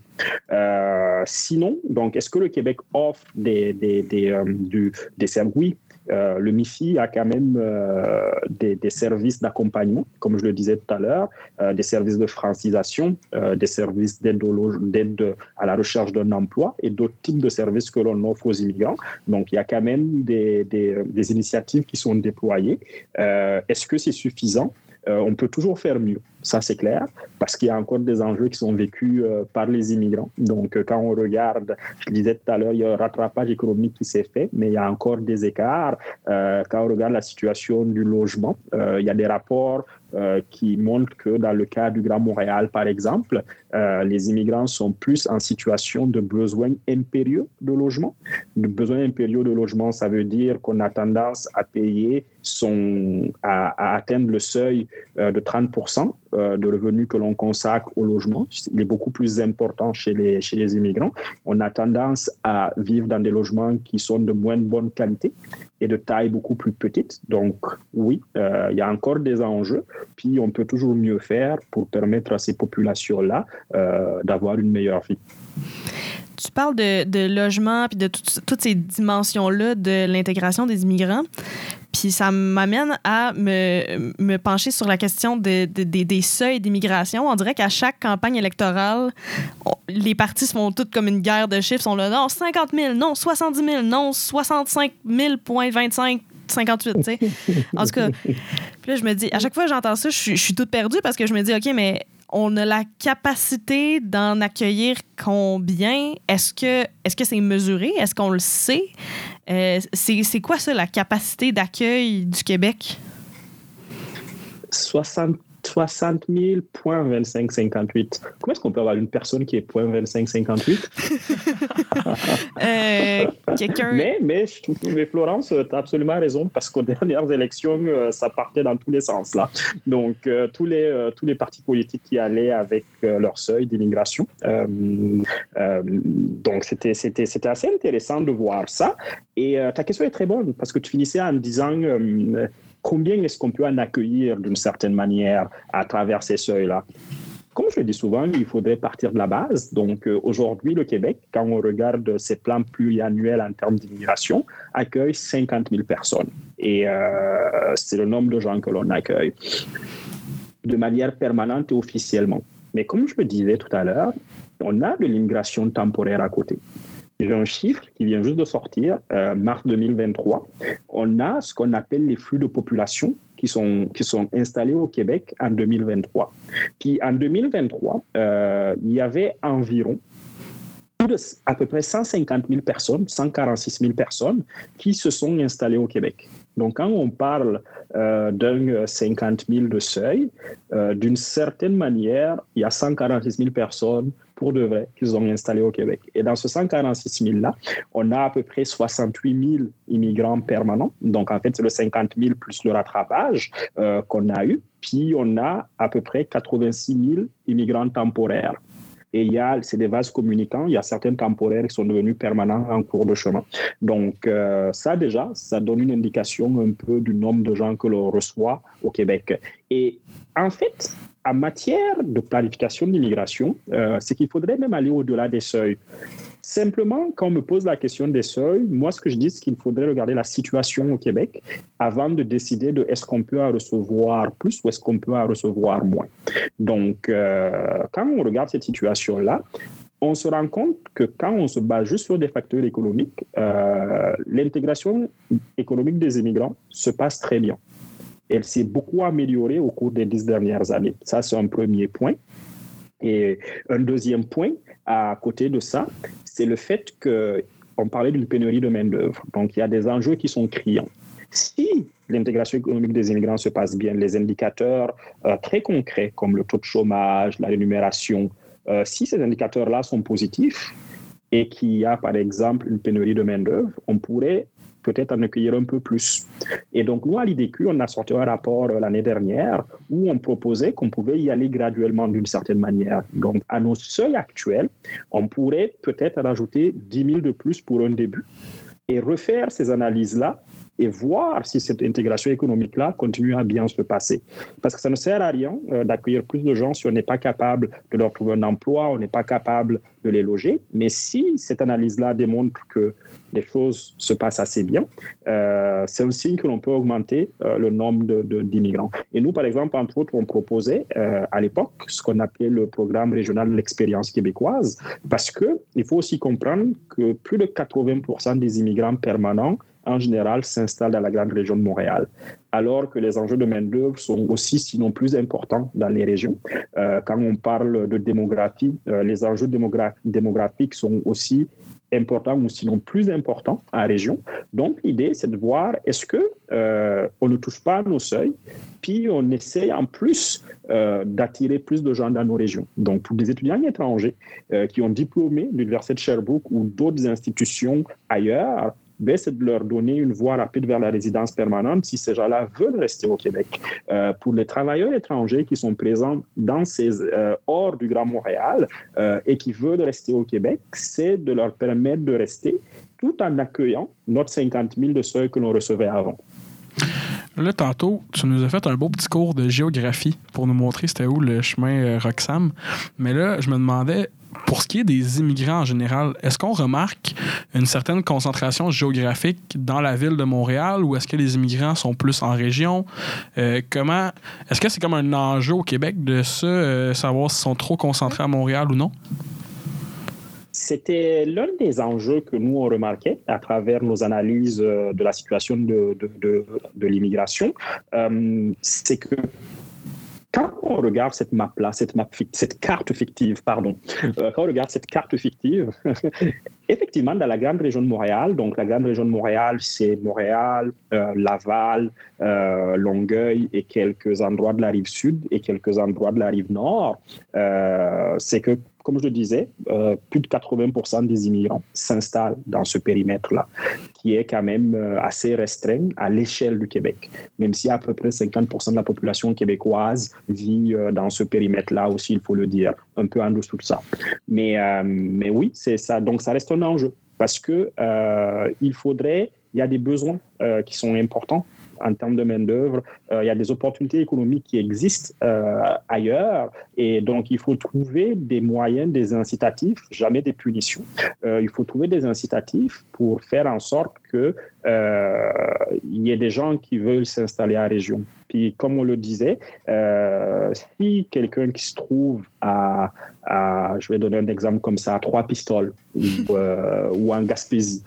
Sinon, donc, est-ce que le Québec offre des services? Oui. Le MIFI a quand même des services d'accompagnement, comme je le disais tout à l'heure, des services de francisation, des services d'aide à la recherche d'un emploi et d'autres types de services que l'on offre aux immigrants. Donc, il y a quand même des initiatives qui sont déployées. Est-ce que c'est suffisant? On peut toujours faire mieux, ça c'est clair, parce qu'il y a encore des enjeux qui sont vécus par les immigrants. Donc, quand on regarde, je disais tout à l'heure, il y a un rattrapage économique qui s'est fait, mais il y a encore des écarts. Quand on regarde la situation du logement, il y a des rapports qui montrent que dans le cas du Grand Montréal, par exemple, les immigrants sont plus en situation de besoins impérieux de logement. De besoins impérieux de logement, ça veut dire qu'on a tendance à payer à atteindre le seuil de 30% de revenus que l'on consacre au logement. Il est beaucoup plus important chez les immigrants. On a tendance à vivre dans des logements qui sont de moins bonne qualité et de taille beaucoup plus petite. Donc, oui, il y a encore des enjeux, puis on peut toujours mieux faire pour permettre à ces populations-là d'avoir une meilleure vie. Tu parles de logement puis de toutes ces dimensions-là de l'intégration des immigrants. Puis ça m'amène à me pencher sur la question des seuils d'immigration. On dirait qu'à chaque campagne électorale, les partis se font toutes comme une guerre de chiffres. Ils sont là, non, 50 000, non, 70 000, non, 65 000,25 58, tu sais. En tout cas, puis là, je me dis, à chaque fois que j'entends ça, je suis toute perdue parce que je me dis, OK, mais on a la capacité d'en accueillir combien? Est-ce que c'est mesuré? Est-ce qu'on le sait? C'est quoi ça, la capacité d'accueil du Québec? 60 000, 25,58. Comment est-ce qu'on peut avoir une personne qui est 25,58? Quelqu'un... Mais Florence, tu as absolument raison, parce qu'aux dernières élections, ça partait dans tous les sens, là. Donc, tous les partis politiques qui allaient avec leur seuil d'immigration. Donc, c'était assez intéressant de voir ça. Et ta question est très bonne, parce que tu finissais en disant... combien est-ce qu'on peut en accueillir d'une certaine manière à travers ces seuils-là? Comme je le dis souvent, il faudrait partir de la base. Donc, aujourd'hui, le Québec, quand on regarde ses plans pluriannuels en termes d'immigration, accueille 50 000 personnes. Et c'est le nombre de gens que l'on accueille de manière permanente et officiellement. Mais comme je le disais tout à l'heure, on a de l'immigration temporaire à côté. J'ai un chiffre qui vient juste de sortir, mars 2023. On a ce qu'on appelle les flux de population qui sont installés au Québec en 2023. Puis en 2023, il y avait environ à peu près 150 000 personnes, 146 000 personnes qui se sont installées au Québec. Donc, quand on parle d'un 50 000 de seuil, d'une certaine manière, il y a 146 000 personnes pour de vrai qu'ils ont installé au Québec. Et dans ce 146 000-là, on a à peu près 68 000 immigrants permanents. Donc, en fait, c'est le 50 000 plus le rattrapage qu'on a eu. Puis, on a à peu près 86 000 immigrants temporaires. Et c'est des vases communicants. Il y a certains temporaires qui sont devenus permanents en cours de chemin. Donc, ça déjà, ça donne une indication un peu du nombre de gens que l'on reçoit au Québec. Et en fait, en matière de planification de l'immigration, c'est qu'il faudrait même aller au-delà des seuils. Simplement, quand on me pose la question des seuils, moi, ce que je dis, c'est qu'il faudrait regarder la situation au Québec avant de décider de est-ce qu'on peut en recevoir plus ou est-ce qu'on peut en recevoir moins. Donc, quand on regarde cette situation-là, on se rend compte que quand on se base juste sur des facteurs économiques, l'intégration économique des immigrants se passe très bien. elle s'est beaucoup améliorée au cours des 10 dernières années. Ça, c'est un premier point. Et un deuxième point, à côté de ça, c'est le fait qu'on parlait d'une pénurie de main-d'œuvre. Donc, il y a des enjeux qui sont criants. Si l'intégration économique des immigrants se passe bien, les indicateurs très concrets comme le taux de chômage, la rémunération, si ces indicateurs-là sont positifs et qu'il y a par exemple une pénurie de main-d'œuvre, on pourrait peut-être en accueillir un peu plus. Et donc, nous, à l'IDQ, on a sorti un rapport l'année dernière où on proposait qu'on pouvait y aller graduellement d'une certaine manière. Donc, à nos seuils actuels, on pourrait peut-être rajouter 10 000 de plus pour un début et refaire ces analyses-là et voir si cette intégration économique-là continue à bien se passer. Parce que ça ne sert à rien d'accueillir plus de gens si on n'est pas capable de leur trouver un emploi, on n'est pas capable de les loger. Mais si cette analyse-là démontre que les choses se passent assez bien, c'est un signe que l'on peut augmenter le nombre d'immigrants. Et nous, par exemple, entre autres, on proposait à l'époque ce qu'on appelait le programme régional de l'expérience québécoise, parce qu'il faut aussi comprendre que plus de 80% des immigrants permanents en général, s'installent dans la grande région de Montréal, alors que les enjeux de main-d'œuvre sont aussi, sinon plus importants dans les régions. Quand on parle de démographie, les enjeux démographiques sont aussi importants ou sinon plus importants en région. Donc, l'idée, c'est de voir est-ce qu'on ne touche pas à nos seuils, puis on essaye en plus d'attirer plus de gens dans nos régions. Donc, pour des étudiants étrangers qui ont diplômé de l'Université de Sherbrooke ou d'autres institutions ailleurs, c'est de leur donner une voie rapide vers la résidence permanente si ces gens-là veulent rester au Québec. Pour les travailleurs étrangers qui sont présents hors du Grand Montréal et qui veulent rester au Québec, c'est de leur permettre de rester tout en accueillant notre 50 000 de ceux que l'on recevait avant. Là, tantôt, tu nous as fait un beau petit cours de géographie pour nous montrer c'était où le chemin Roxham. Mais là, je me demandais, pour ce qui est des immigrants en général, est-ce qu'on remarque une certaine concentration géographique dans la ville de Montréal ou est-ce que les immigrants sont plus en région? Est-ce que c'est comme un enjeu au Québec de savoir s'ils sont trop concentrés à Montréal ou non? C'était l'un des enjeux que nous, on remarquait à travers nos analyses de la situation de l'immigration. C'est que quand on regarde cette map-là, cette carte fictive, quand on regarde cette carte fictive, effectivement, dans la grande région de Montréal, donc la grande région de Montréal, c'est Montréal, Laval, Longueuil et quelques endroits de la rive sud et quelques endroits de la rive nord, c'est que, comme je le disais, plus de 80% des immigrants s'installent dans ce périmètre-là, qui est quand même assez restreint à l'échelle du Québec, même si à peu près 50% de la population québécoise vit dans ce périmètre-là aussi, il faut le dire, un peu en dessous de ça. Mais oui, c'est ça. Donc, ça reste un enjeu parce que il y a des besoins qui sont importants en termes de main-d'œuvre. Il y a des opportunités économiques qui existent ailleurs et donc il faut trouver des moyens, des incitatifs, jamais des punitions. Il faut trouver des incitatifs pour faire en sorte qu'il y ait des gens qui veulent s'installer à la région. Puis comme on le disait, si quelqu'un qui se trouve je vais donner un exemple comme ça, à Trois-Pistoles ou en Gaspésie,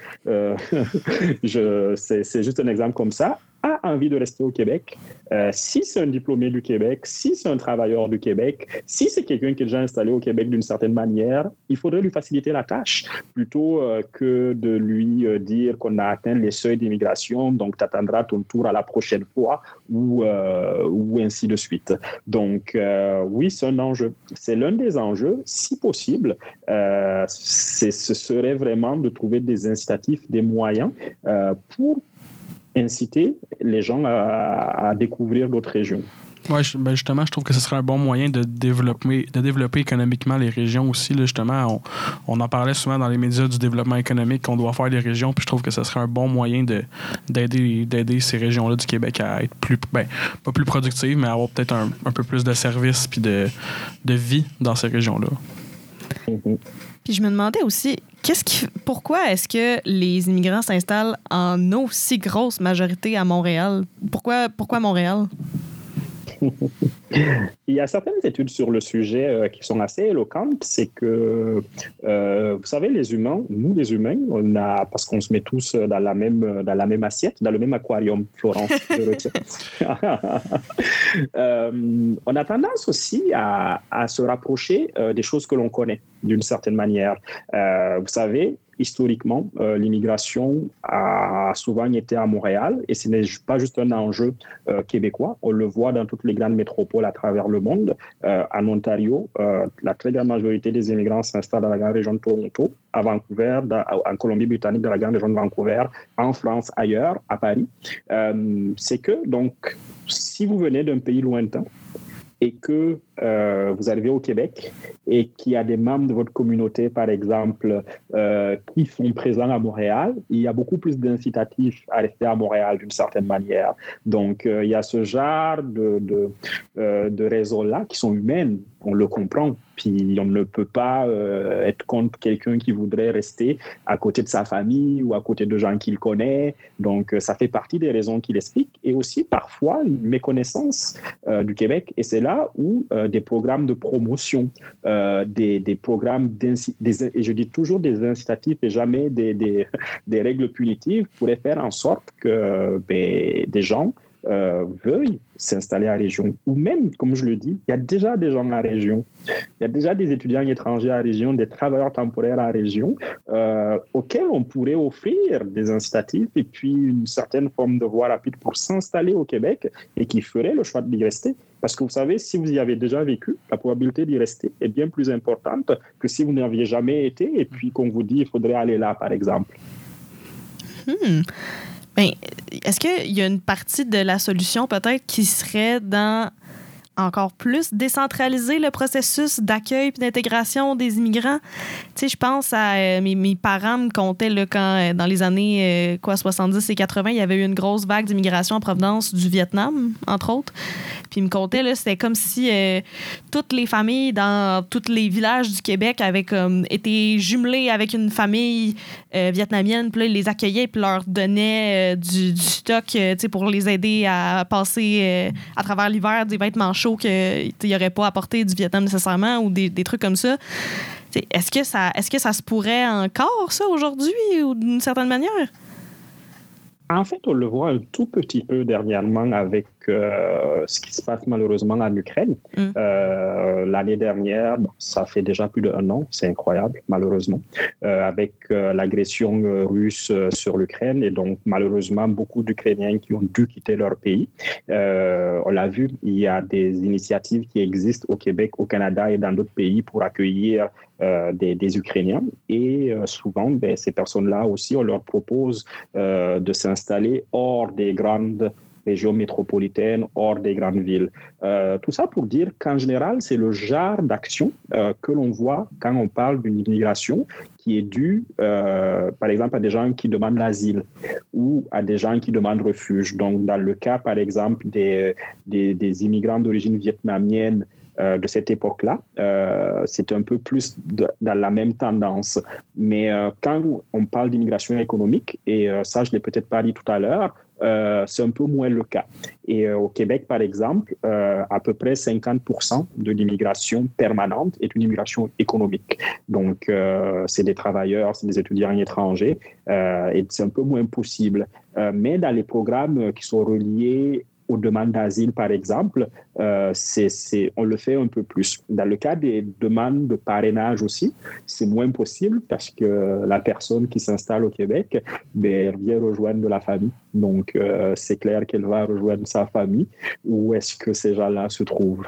c'est juste un exemple comme ça, a envie de rester au Québec, si c'est un diplômé du Québec, si c'est un travailleur du Québec, si c'est quelqu'un qui est déjà installé au Québec d'une certaine manière, il faudrait lui faciliter la tâche plutôt que de lui dire qu'on a atteint les seuils d'immigration, donc tu attendras ton tour à la prochaine fois ou ainsi de suite. Donc oui, c'est un enjeu. C'est l'un des enjeux. Si possible, ce serait vraiment de trouver des incitatifs, des moyens pour inciter les gens à découvrir d'autres régions. Oui, justement, je trouve que ce serait un bon moyen de développer économiquement les régions aussi. Là, justement, on en parlait souvent dans les médias du développement économique qu'on doit faire les régions, puis je trouve que ce serait un bon moyen d'aider ces régions-là du Québec à être pas plus productives, mais à avoir peut-être un peu plus de services puis de vie dans ces régions-là. Mm-hmm. Puis je me demandais aussi, pourquoi est-ce que les immigrants s'installent en aussi grosse majorité à Montréal? Pourquoi Montréal? Il y a certaines études sur le sujet qui sont assez éloquentes. C'est que, vous savez, les humains, parce qu'on se met tous dans la même assiette, dans le même aquarium, Florence. On a tendance aussi à se rapprocher des choses que l'on connaît, d'une certaine manière. Vous savez, historiquement, l'immigration a souvent été à Montréal et ce n'est pas juste un enjeu québécois. On le voit dans toutes les grandes métropoles à travers le monde. En Ontario, la très grande majorité des immigrants s'installent dans la grande région de Toronto, à Vancouver, en Colombie-Britannique, dans la grande région de Vancouver, en France, ailleurs, à Paris. C'est que, donc, si vous venez d'un pays lointain, et que vous arrivez au Québec et qu'il y a des membres de votre communauté, par exemple, qui sont présents à Montréal, il y a beaucoup plus d'incitatifs à rester à Montréal d'une certaine manière. Donc, il y a ce genre de raisons-là qui sont humaines, on le comprend. Puis on ne peut pas être contre quelqu'un qui voudrait rester à côté de sa famille ou à côté de gens qu'il connaît. Donc, ça fait partie des raisons qu'il explique. Et aussi, parfois, une méconnaissance du Québec. Et c'est là où des programmes de promotion, des programmes, et je dis toujours des incitatifs et jamais des règles punitives pourraient faire en sorte que des gens veuillent s'installer à la région. Ou même, comme je le dis, il y a déjà des gens à la région. Il y a déjà des étudiants étrangers à la région, des travailleurs temporaires à la région, auxquels on pourrait offrir des incitatifs et puis une certaine forme de voie rapide pour s'installer au Québec et qui feraient le choix d'y rester. Parce que vous savez, si vous y avez déjà vécu, la probabilité d'y rester est bien plus importante que si vous n'y aviez jamais été et puis qu'on vous dit qu'il faudrait aller là, par exemple. Ben, est-ce qu'il y a une partie de la solution peut-être qui serait dans encore plus décentraliser le processus d'accueil et d'intégration des immigrants? Tu sais, je pense à mes parents me contaient là, quand, dans les années 70 et 80, il y avait eu une grosse vague d'immigration en provenance du Vietnam, entre autres. Puis ils me contaient, là, c'était comme si toutes les familles dans tous les villages du Québec avaient comme été jumelées avec une famille vietnamienne. Puis là, ils les accueillaient puis leur donnaient du stock tu sais, pour les aider à passer à travers l'hiver des vêtements chauds qu'il n'y aurait pas apporté du Vietnam nécessairement ou des trucs comme ça. Est-ce que ça se pourrait encore, ça, aujourd'hui, ou d'une certaine manière? En fait, on le voit un tout petit peu dernièrement avec ce qui se passe malheureusement en Ukraine. L'année dernière, ça fait déjà plus d'1 an, c'est incroyable, malheureusement, avec l'agression russe sur l'Ukraine et donc malheureusement beaucoup d'Ukrainiens qui ont dû quitter leur pays. On l'a vu, il y a des initiatives qui existent au Québec, au Canada et dans d'autres pays pour accueillir des Ukrainiens et souvent, ces personnes-là aussi, on leur propose de s'installer hors des grandes régions métropolitaines, hors des grandes villes. Tout ça pour dire qu'en général, c'est le genre d'action que l'on voit quand on parle d'une immigration qui est due, par exemple, à des gens qui demandent l'asile ou à des gens qui demandent refuge. Donc, dans le cas, par exemple, des immigrants d'origine vietnamienne de cette époque-là, c'est un peu plus dans la même tendance. Mais quand on parle d'immigration économique, et ça, je ne l'ai peut-être pas dit tout à l'heure, c'est un peu moins le cas. Et au Québec, par exemple, à peu près 50% de l'immigration permanente est une immigration économique. Donc, c'est des travailleurs, c'est des étudiants étrangers, et c'est un peu moins possible. Mais dans les programmes qui sont reliés aux demandes d'asile, par exemple, on le fait un peu plus. Dans le cas des demandes de parrainage aussi, c'est moins possible parce que la personne qui s'installe au Québec, elle vient rejoindre la famille. Donc, c'est clair qu'elle va rejoindre sa famille. Où est-ce que ces gens-là se trouvent?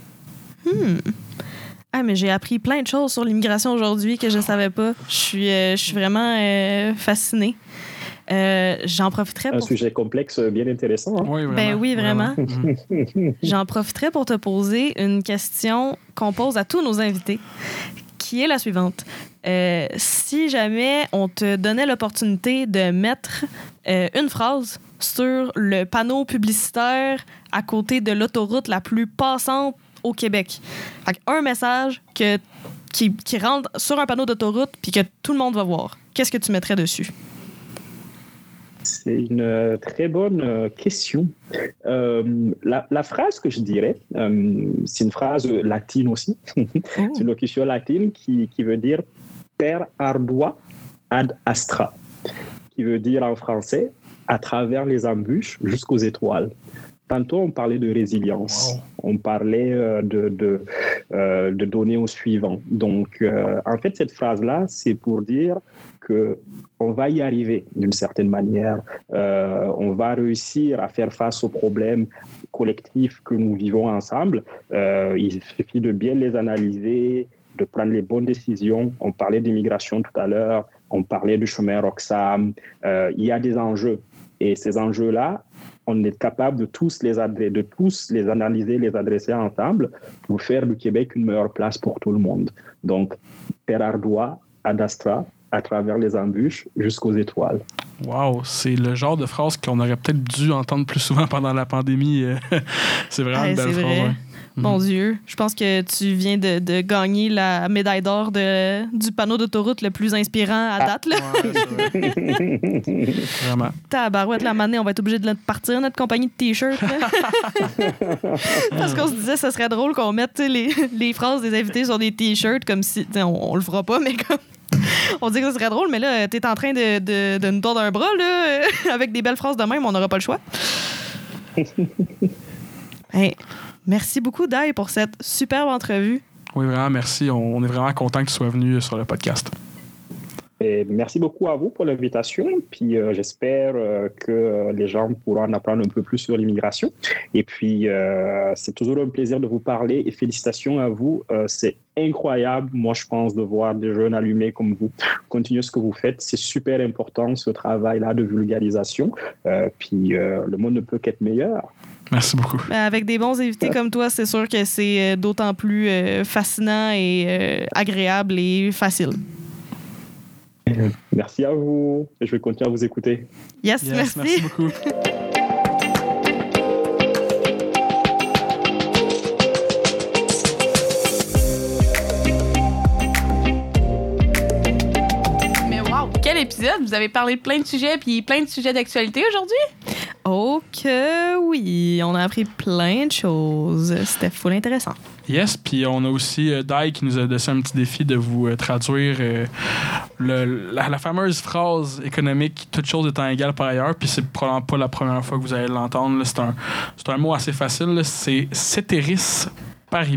Ah, mais j'ai appris plein de choses sur l'immigration aujourd'hui que je ne savais pas. Je suis vraiment fascinée. J'en profiterai pour... Un sujet complexe bien intéressant. Hein? Oui, vraiment. Ben oui, vraiment. J'en profiterai pour te poser une question qu'on pose à tous nos invités, qui est la suivante. Si jamais on te donnait l'opportunité de mettre une phrase sur le panneau publicitaire à côté de l'autoroute la plus passante au Québec, fait un message qui rentre sur un panneau d'autoroute puis que tout le monde va voir, qu'est-ce que tu mettrais dessus? C'est une très bonne question. La phrase que je dirais, c'est une phrase latine aussi. C'est une locution latine qui veut dire « per ardua ad astra », qui veut dire en français « à travers les embûches jusqu'aux étoiles ». Tantôt, on parlait de résilience. Wow. On parlait de donner au suivant. Donc, en fait, cette phrase-là, c'est pour dire qu'on va y arriver d'une certaine manière. On va réussir à faire face aux problèmes collectifs que nous vivons ensemble. Il suffit de bien les analyser, de prendre les bonnes décisions. On parlait d'immigration tout à l'heure. On parlait du chemin Roxham. Il y a des enjeux. Et ces enjeux-là, on est capable de tous les analyser, les adresser ensemble pour faire du Québec une meilleure place pour tout le monde. Donc, per ardua ad astra, à travers les embûches jusqu'aux étoiles. Wow, c'est le genre de phrase qu'on aurait peut-être dû entendre plus souvent pendant la pandémie. C'est vraiment une belle phrase. Ouais. Mon Dieu, je pense que tu viens de gagner la médaille d'or du panneau d'autoroute le plus inspirant à date. Là. Ouais, vraiment. Tabarouette, la manée, on va être obligé de partir notre compagnie de t-shirts. Parce qu'on se disait que ce serait drôle qu'on mette les phrases des invités sur des t-shirts comme si... On le fera pas, mais comme... On dit que ce serait drôle, mais là, t'es en train de nous tordre un bras, là, avec des belles phrases de même, on n'aura pas le choix. Hey, merci beaucoup, Dai, pour cette superbe entrevue. Oui, vraiment, merci. On est vraiment content que tu sois venu sur le podcast. Et merci beaucoup à vous pour l'invitation. Puis j'espère que les gens pourront en apprendre un peu plus sur l'immigration. Et puis, c'est toujours un plaisir de vous parler et félicitations à vous. C'est incroyable, moi, je pense, de voir des jeunes allumés comme vous. Continuez ce que vous faites. C'est super important, ce travail-là de vulgarisation. Puis, le monde ne peut qu'être meilleur. Merci beaucoup. Avec des bons invités comme toi, c'est sûr que c'est d'autant plus fascinant et agréable et facile. Merci à vous. Je vais continuer à vous écouter. Yes, merci. Merci beaucoup. Mais wow, quel épisode! Vous avez parlé de plein de sujets, puis plein de sujets d'actualité aujourd'hui? Oh que oui, on a appris plein de choses. C'était full intéressant. Yes, puis on a aussi Dai qui nous a laissé un petit défi de vous traduire la fameuse phrase économique « toute chose étant égale par ailleurs », puis c'est probablement pas la première fois que vous allez l'entendre. Là. C'est un mot assez facile, là. C'est « ceteris paribus ».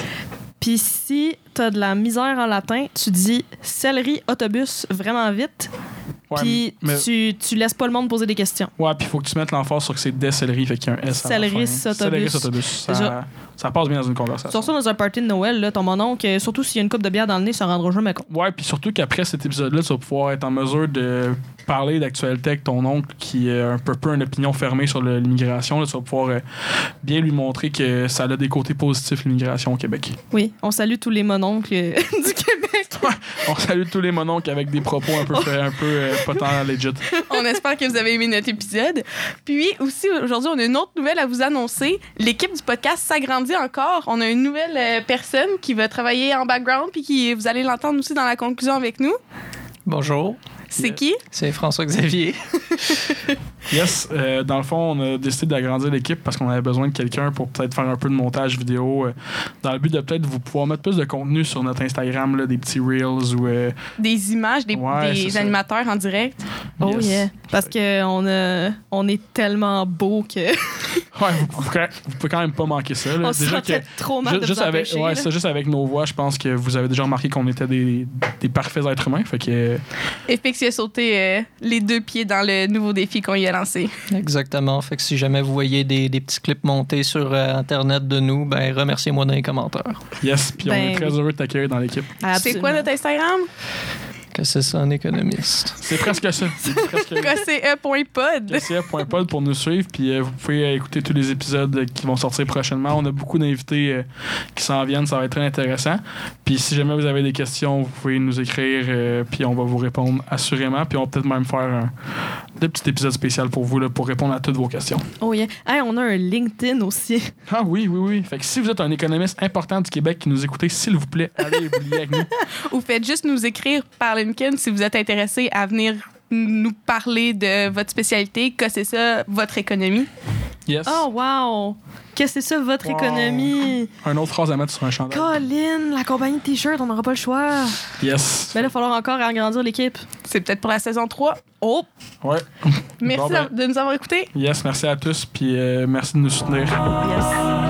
Puis si t'as de la misère en latin, tu dis « céleri autobus » vraiment vite. Ouais, puis tu laisses pas le monde poser des questions. Ouais, puis il faut que tu mettes l'emphase sur que c'est des céleri, fait qu'il y a un S à la fin. Céleris autobus. Ça passe bien dans une conversation. Surtout dans un party de Noël, là, ton mononcle, surtout s'il y a une coupe de bière dans le nez, ça rendra jamais compte. Ouais, puis surtout qu'après cet épisode-là, tu vas pouvoir être en mesure de parler d'actualité avec ton oncle qui a un peu une opinion fermée sur l'immigration. Là, tu vas pouvoir bien lui montrer que ça a des côtés positifs, l'immigration au Québec. Oui, on salue tous les mononcles du Québec. Ouais, on salue tous les mononcles avec des propos un peu pas tant legit. On espère que vous avez aimé notre épisode. Puis aussi, aujourd'hui, on a une autre nouvelle à vous annoncer. L'équipe du podcast s'agrandit encore. On a une nouvelle personne qui va travailler en background puis vous allez l'entendre aussi dans la conclusion avec nous. Bonjour. C'est qui? C'est François-Xavier. Yes. Dans le fond, on a décidé d'agrandir l'équipe parce qu'on avait besoin de quelqu'un pour peut-être faire un peu de montage vidéo dans le but de peut-être vous pouvoir mettre plus de contenu sur notre Instagram, là, des petits reels ou... des images, des animateurs en direct. Oh yes. Yeah. Parce qu'on est tellement beau que... Ouais, vous pouvez quand même pas manquer ça. Là. On se sentait trop mal de vous empêcher. Ouais, c'est juste avec nos voix, je pense que vous avez déjà remarqué qu'on était des parfaits êtres humains. Fait que... FX a sauté les 2 pieds dans le nouveau défi qu'on y a lancé. Exactement. Fait que si jamais vous voyez des petits clips montés sur Internet de nous, ben remerciez-moi dans les commentaires. Yes, puis on est très heureux de t'accueillir dans l'équipe. C'est quoi notre Instagram? Que c'est ça, un économiste. C'est presque ça. KCE.pod. KCE.pod pour nous suivre. Puis vous pouvez écouter tous les épisodes qui vont sortir prochainement. On a beaucoup d'invités qui s'en viennent. Ça va être très intéressant. Puis si jamais vous avez des questions, vous pouvez nous écrire. Puis on va vous répondre assurément. Puis on va peut-être même faire un petit épisode spécial pour vous là, pour répondre à toutes vos questions. Oh yeah. Hey, on a un LinkedIn aussi. Ah oui. Fait que si vous êtes un économiste important du Québec qui nous écoutez, s'il vous plaît, allez vous lier avec nous. Ou faites juste nous écrire par LinkedIn si vous êtes intéressé à venir nous parler de votre spécialité, que c'est ça, votre économie. Yes. Oh, wow! Qu'est-ce que c'est ça, votre Wow. économie? Un autre phrase à mettre sur un chandail. Colin, la compagnie de t-shirts, on n'aura pas le choix. Yes. Ben là, il va falloir encore agrandir l'équipe. C'est peut-être pour la saison 3. Oh! Ouais. Merci Bon, ben, de nous avoir écoutés. yes, merci à tous, puis merci de nous soutenir. Yes.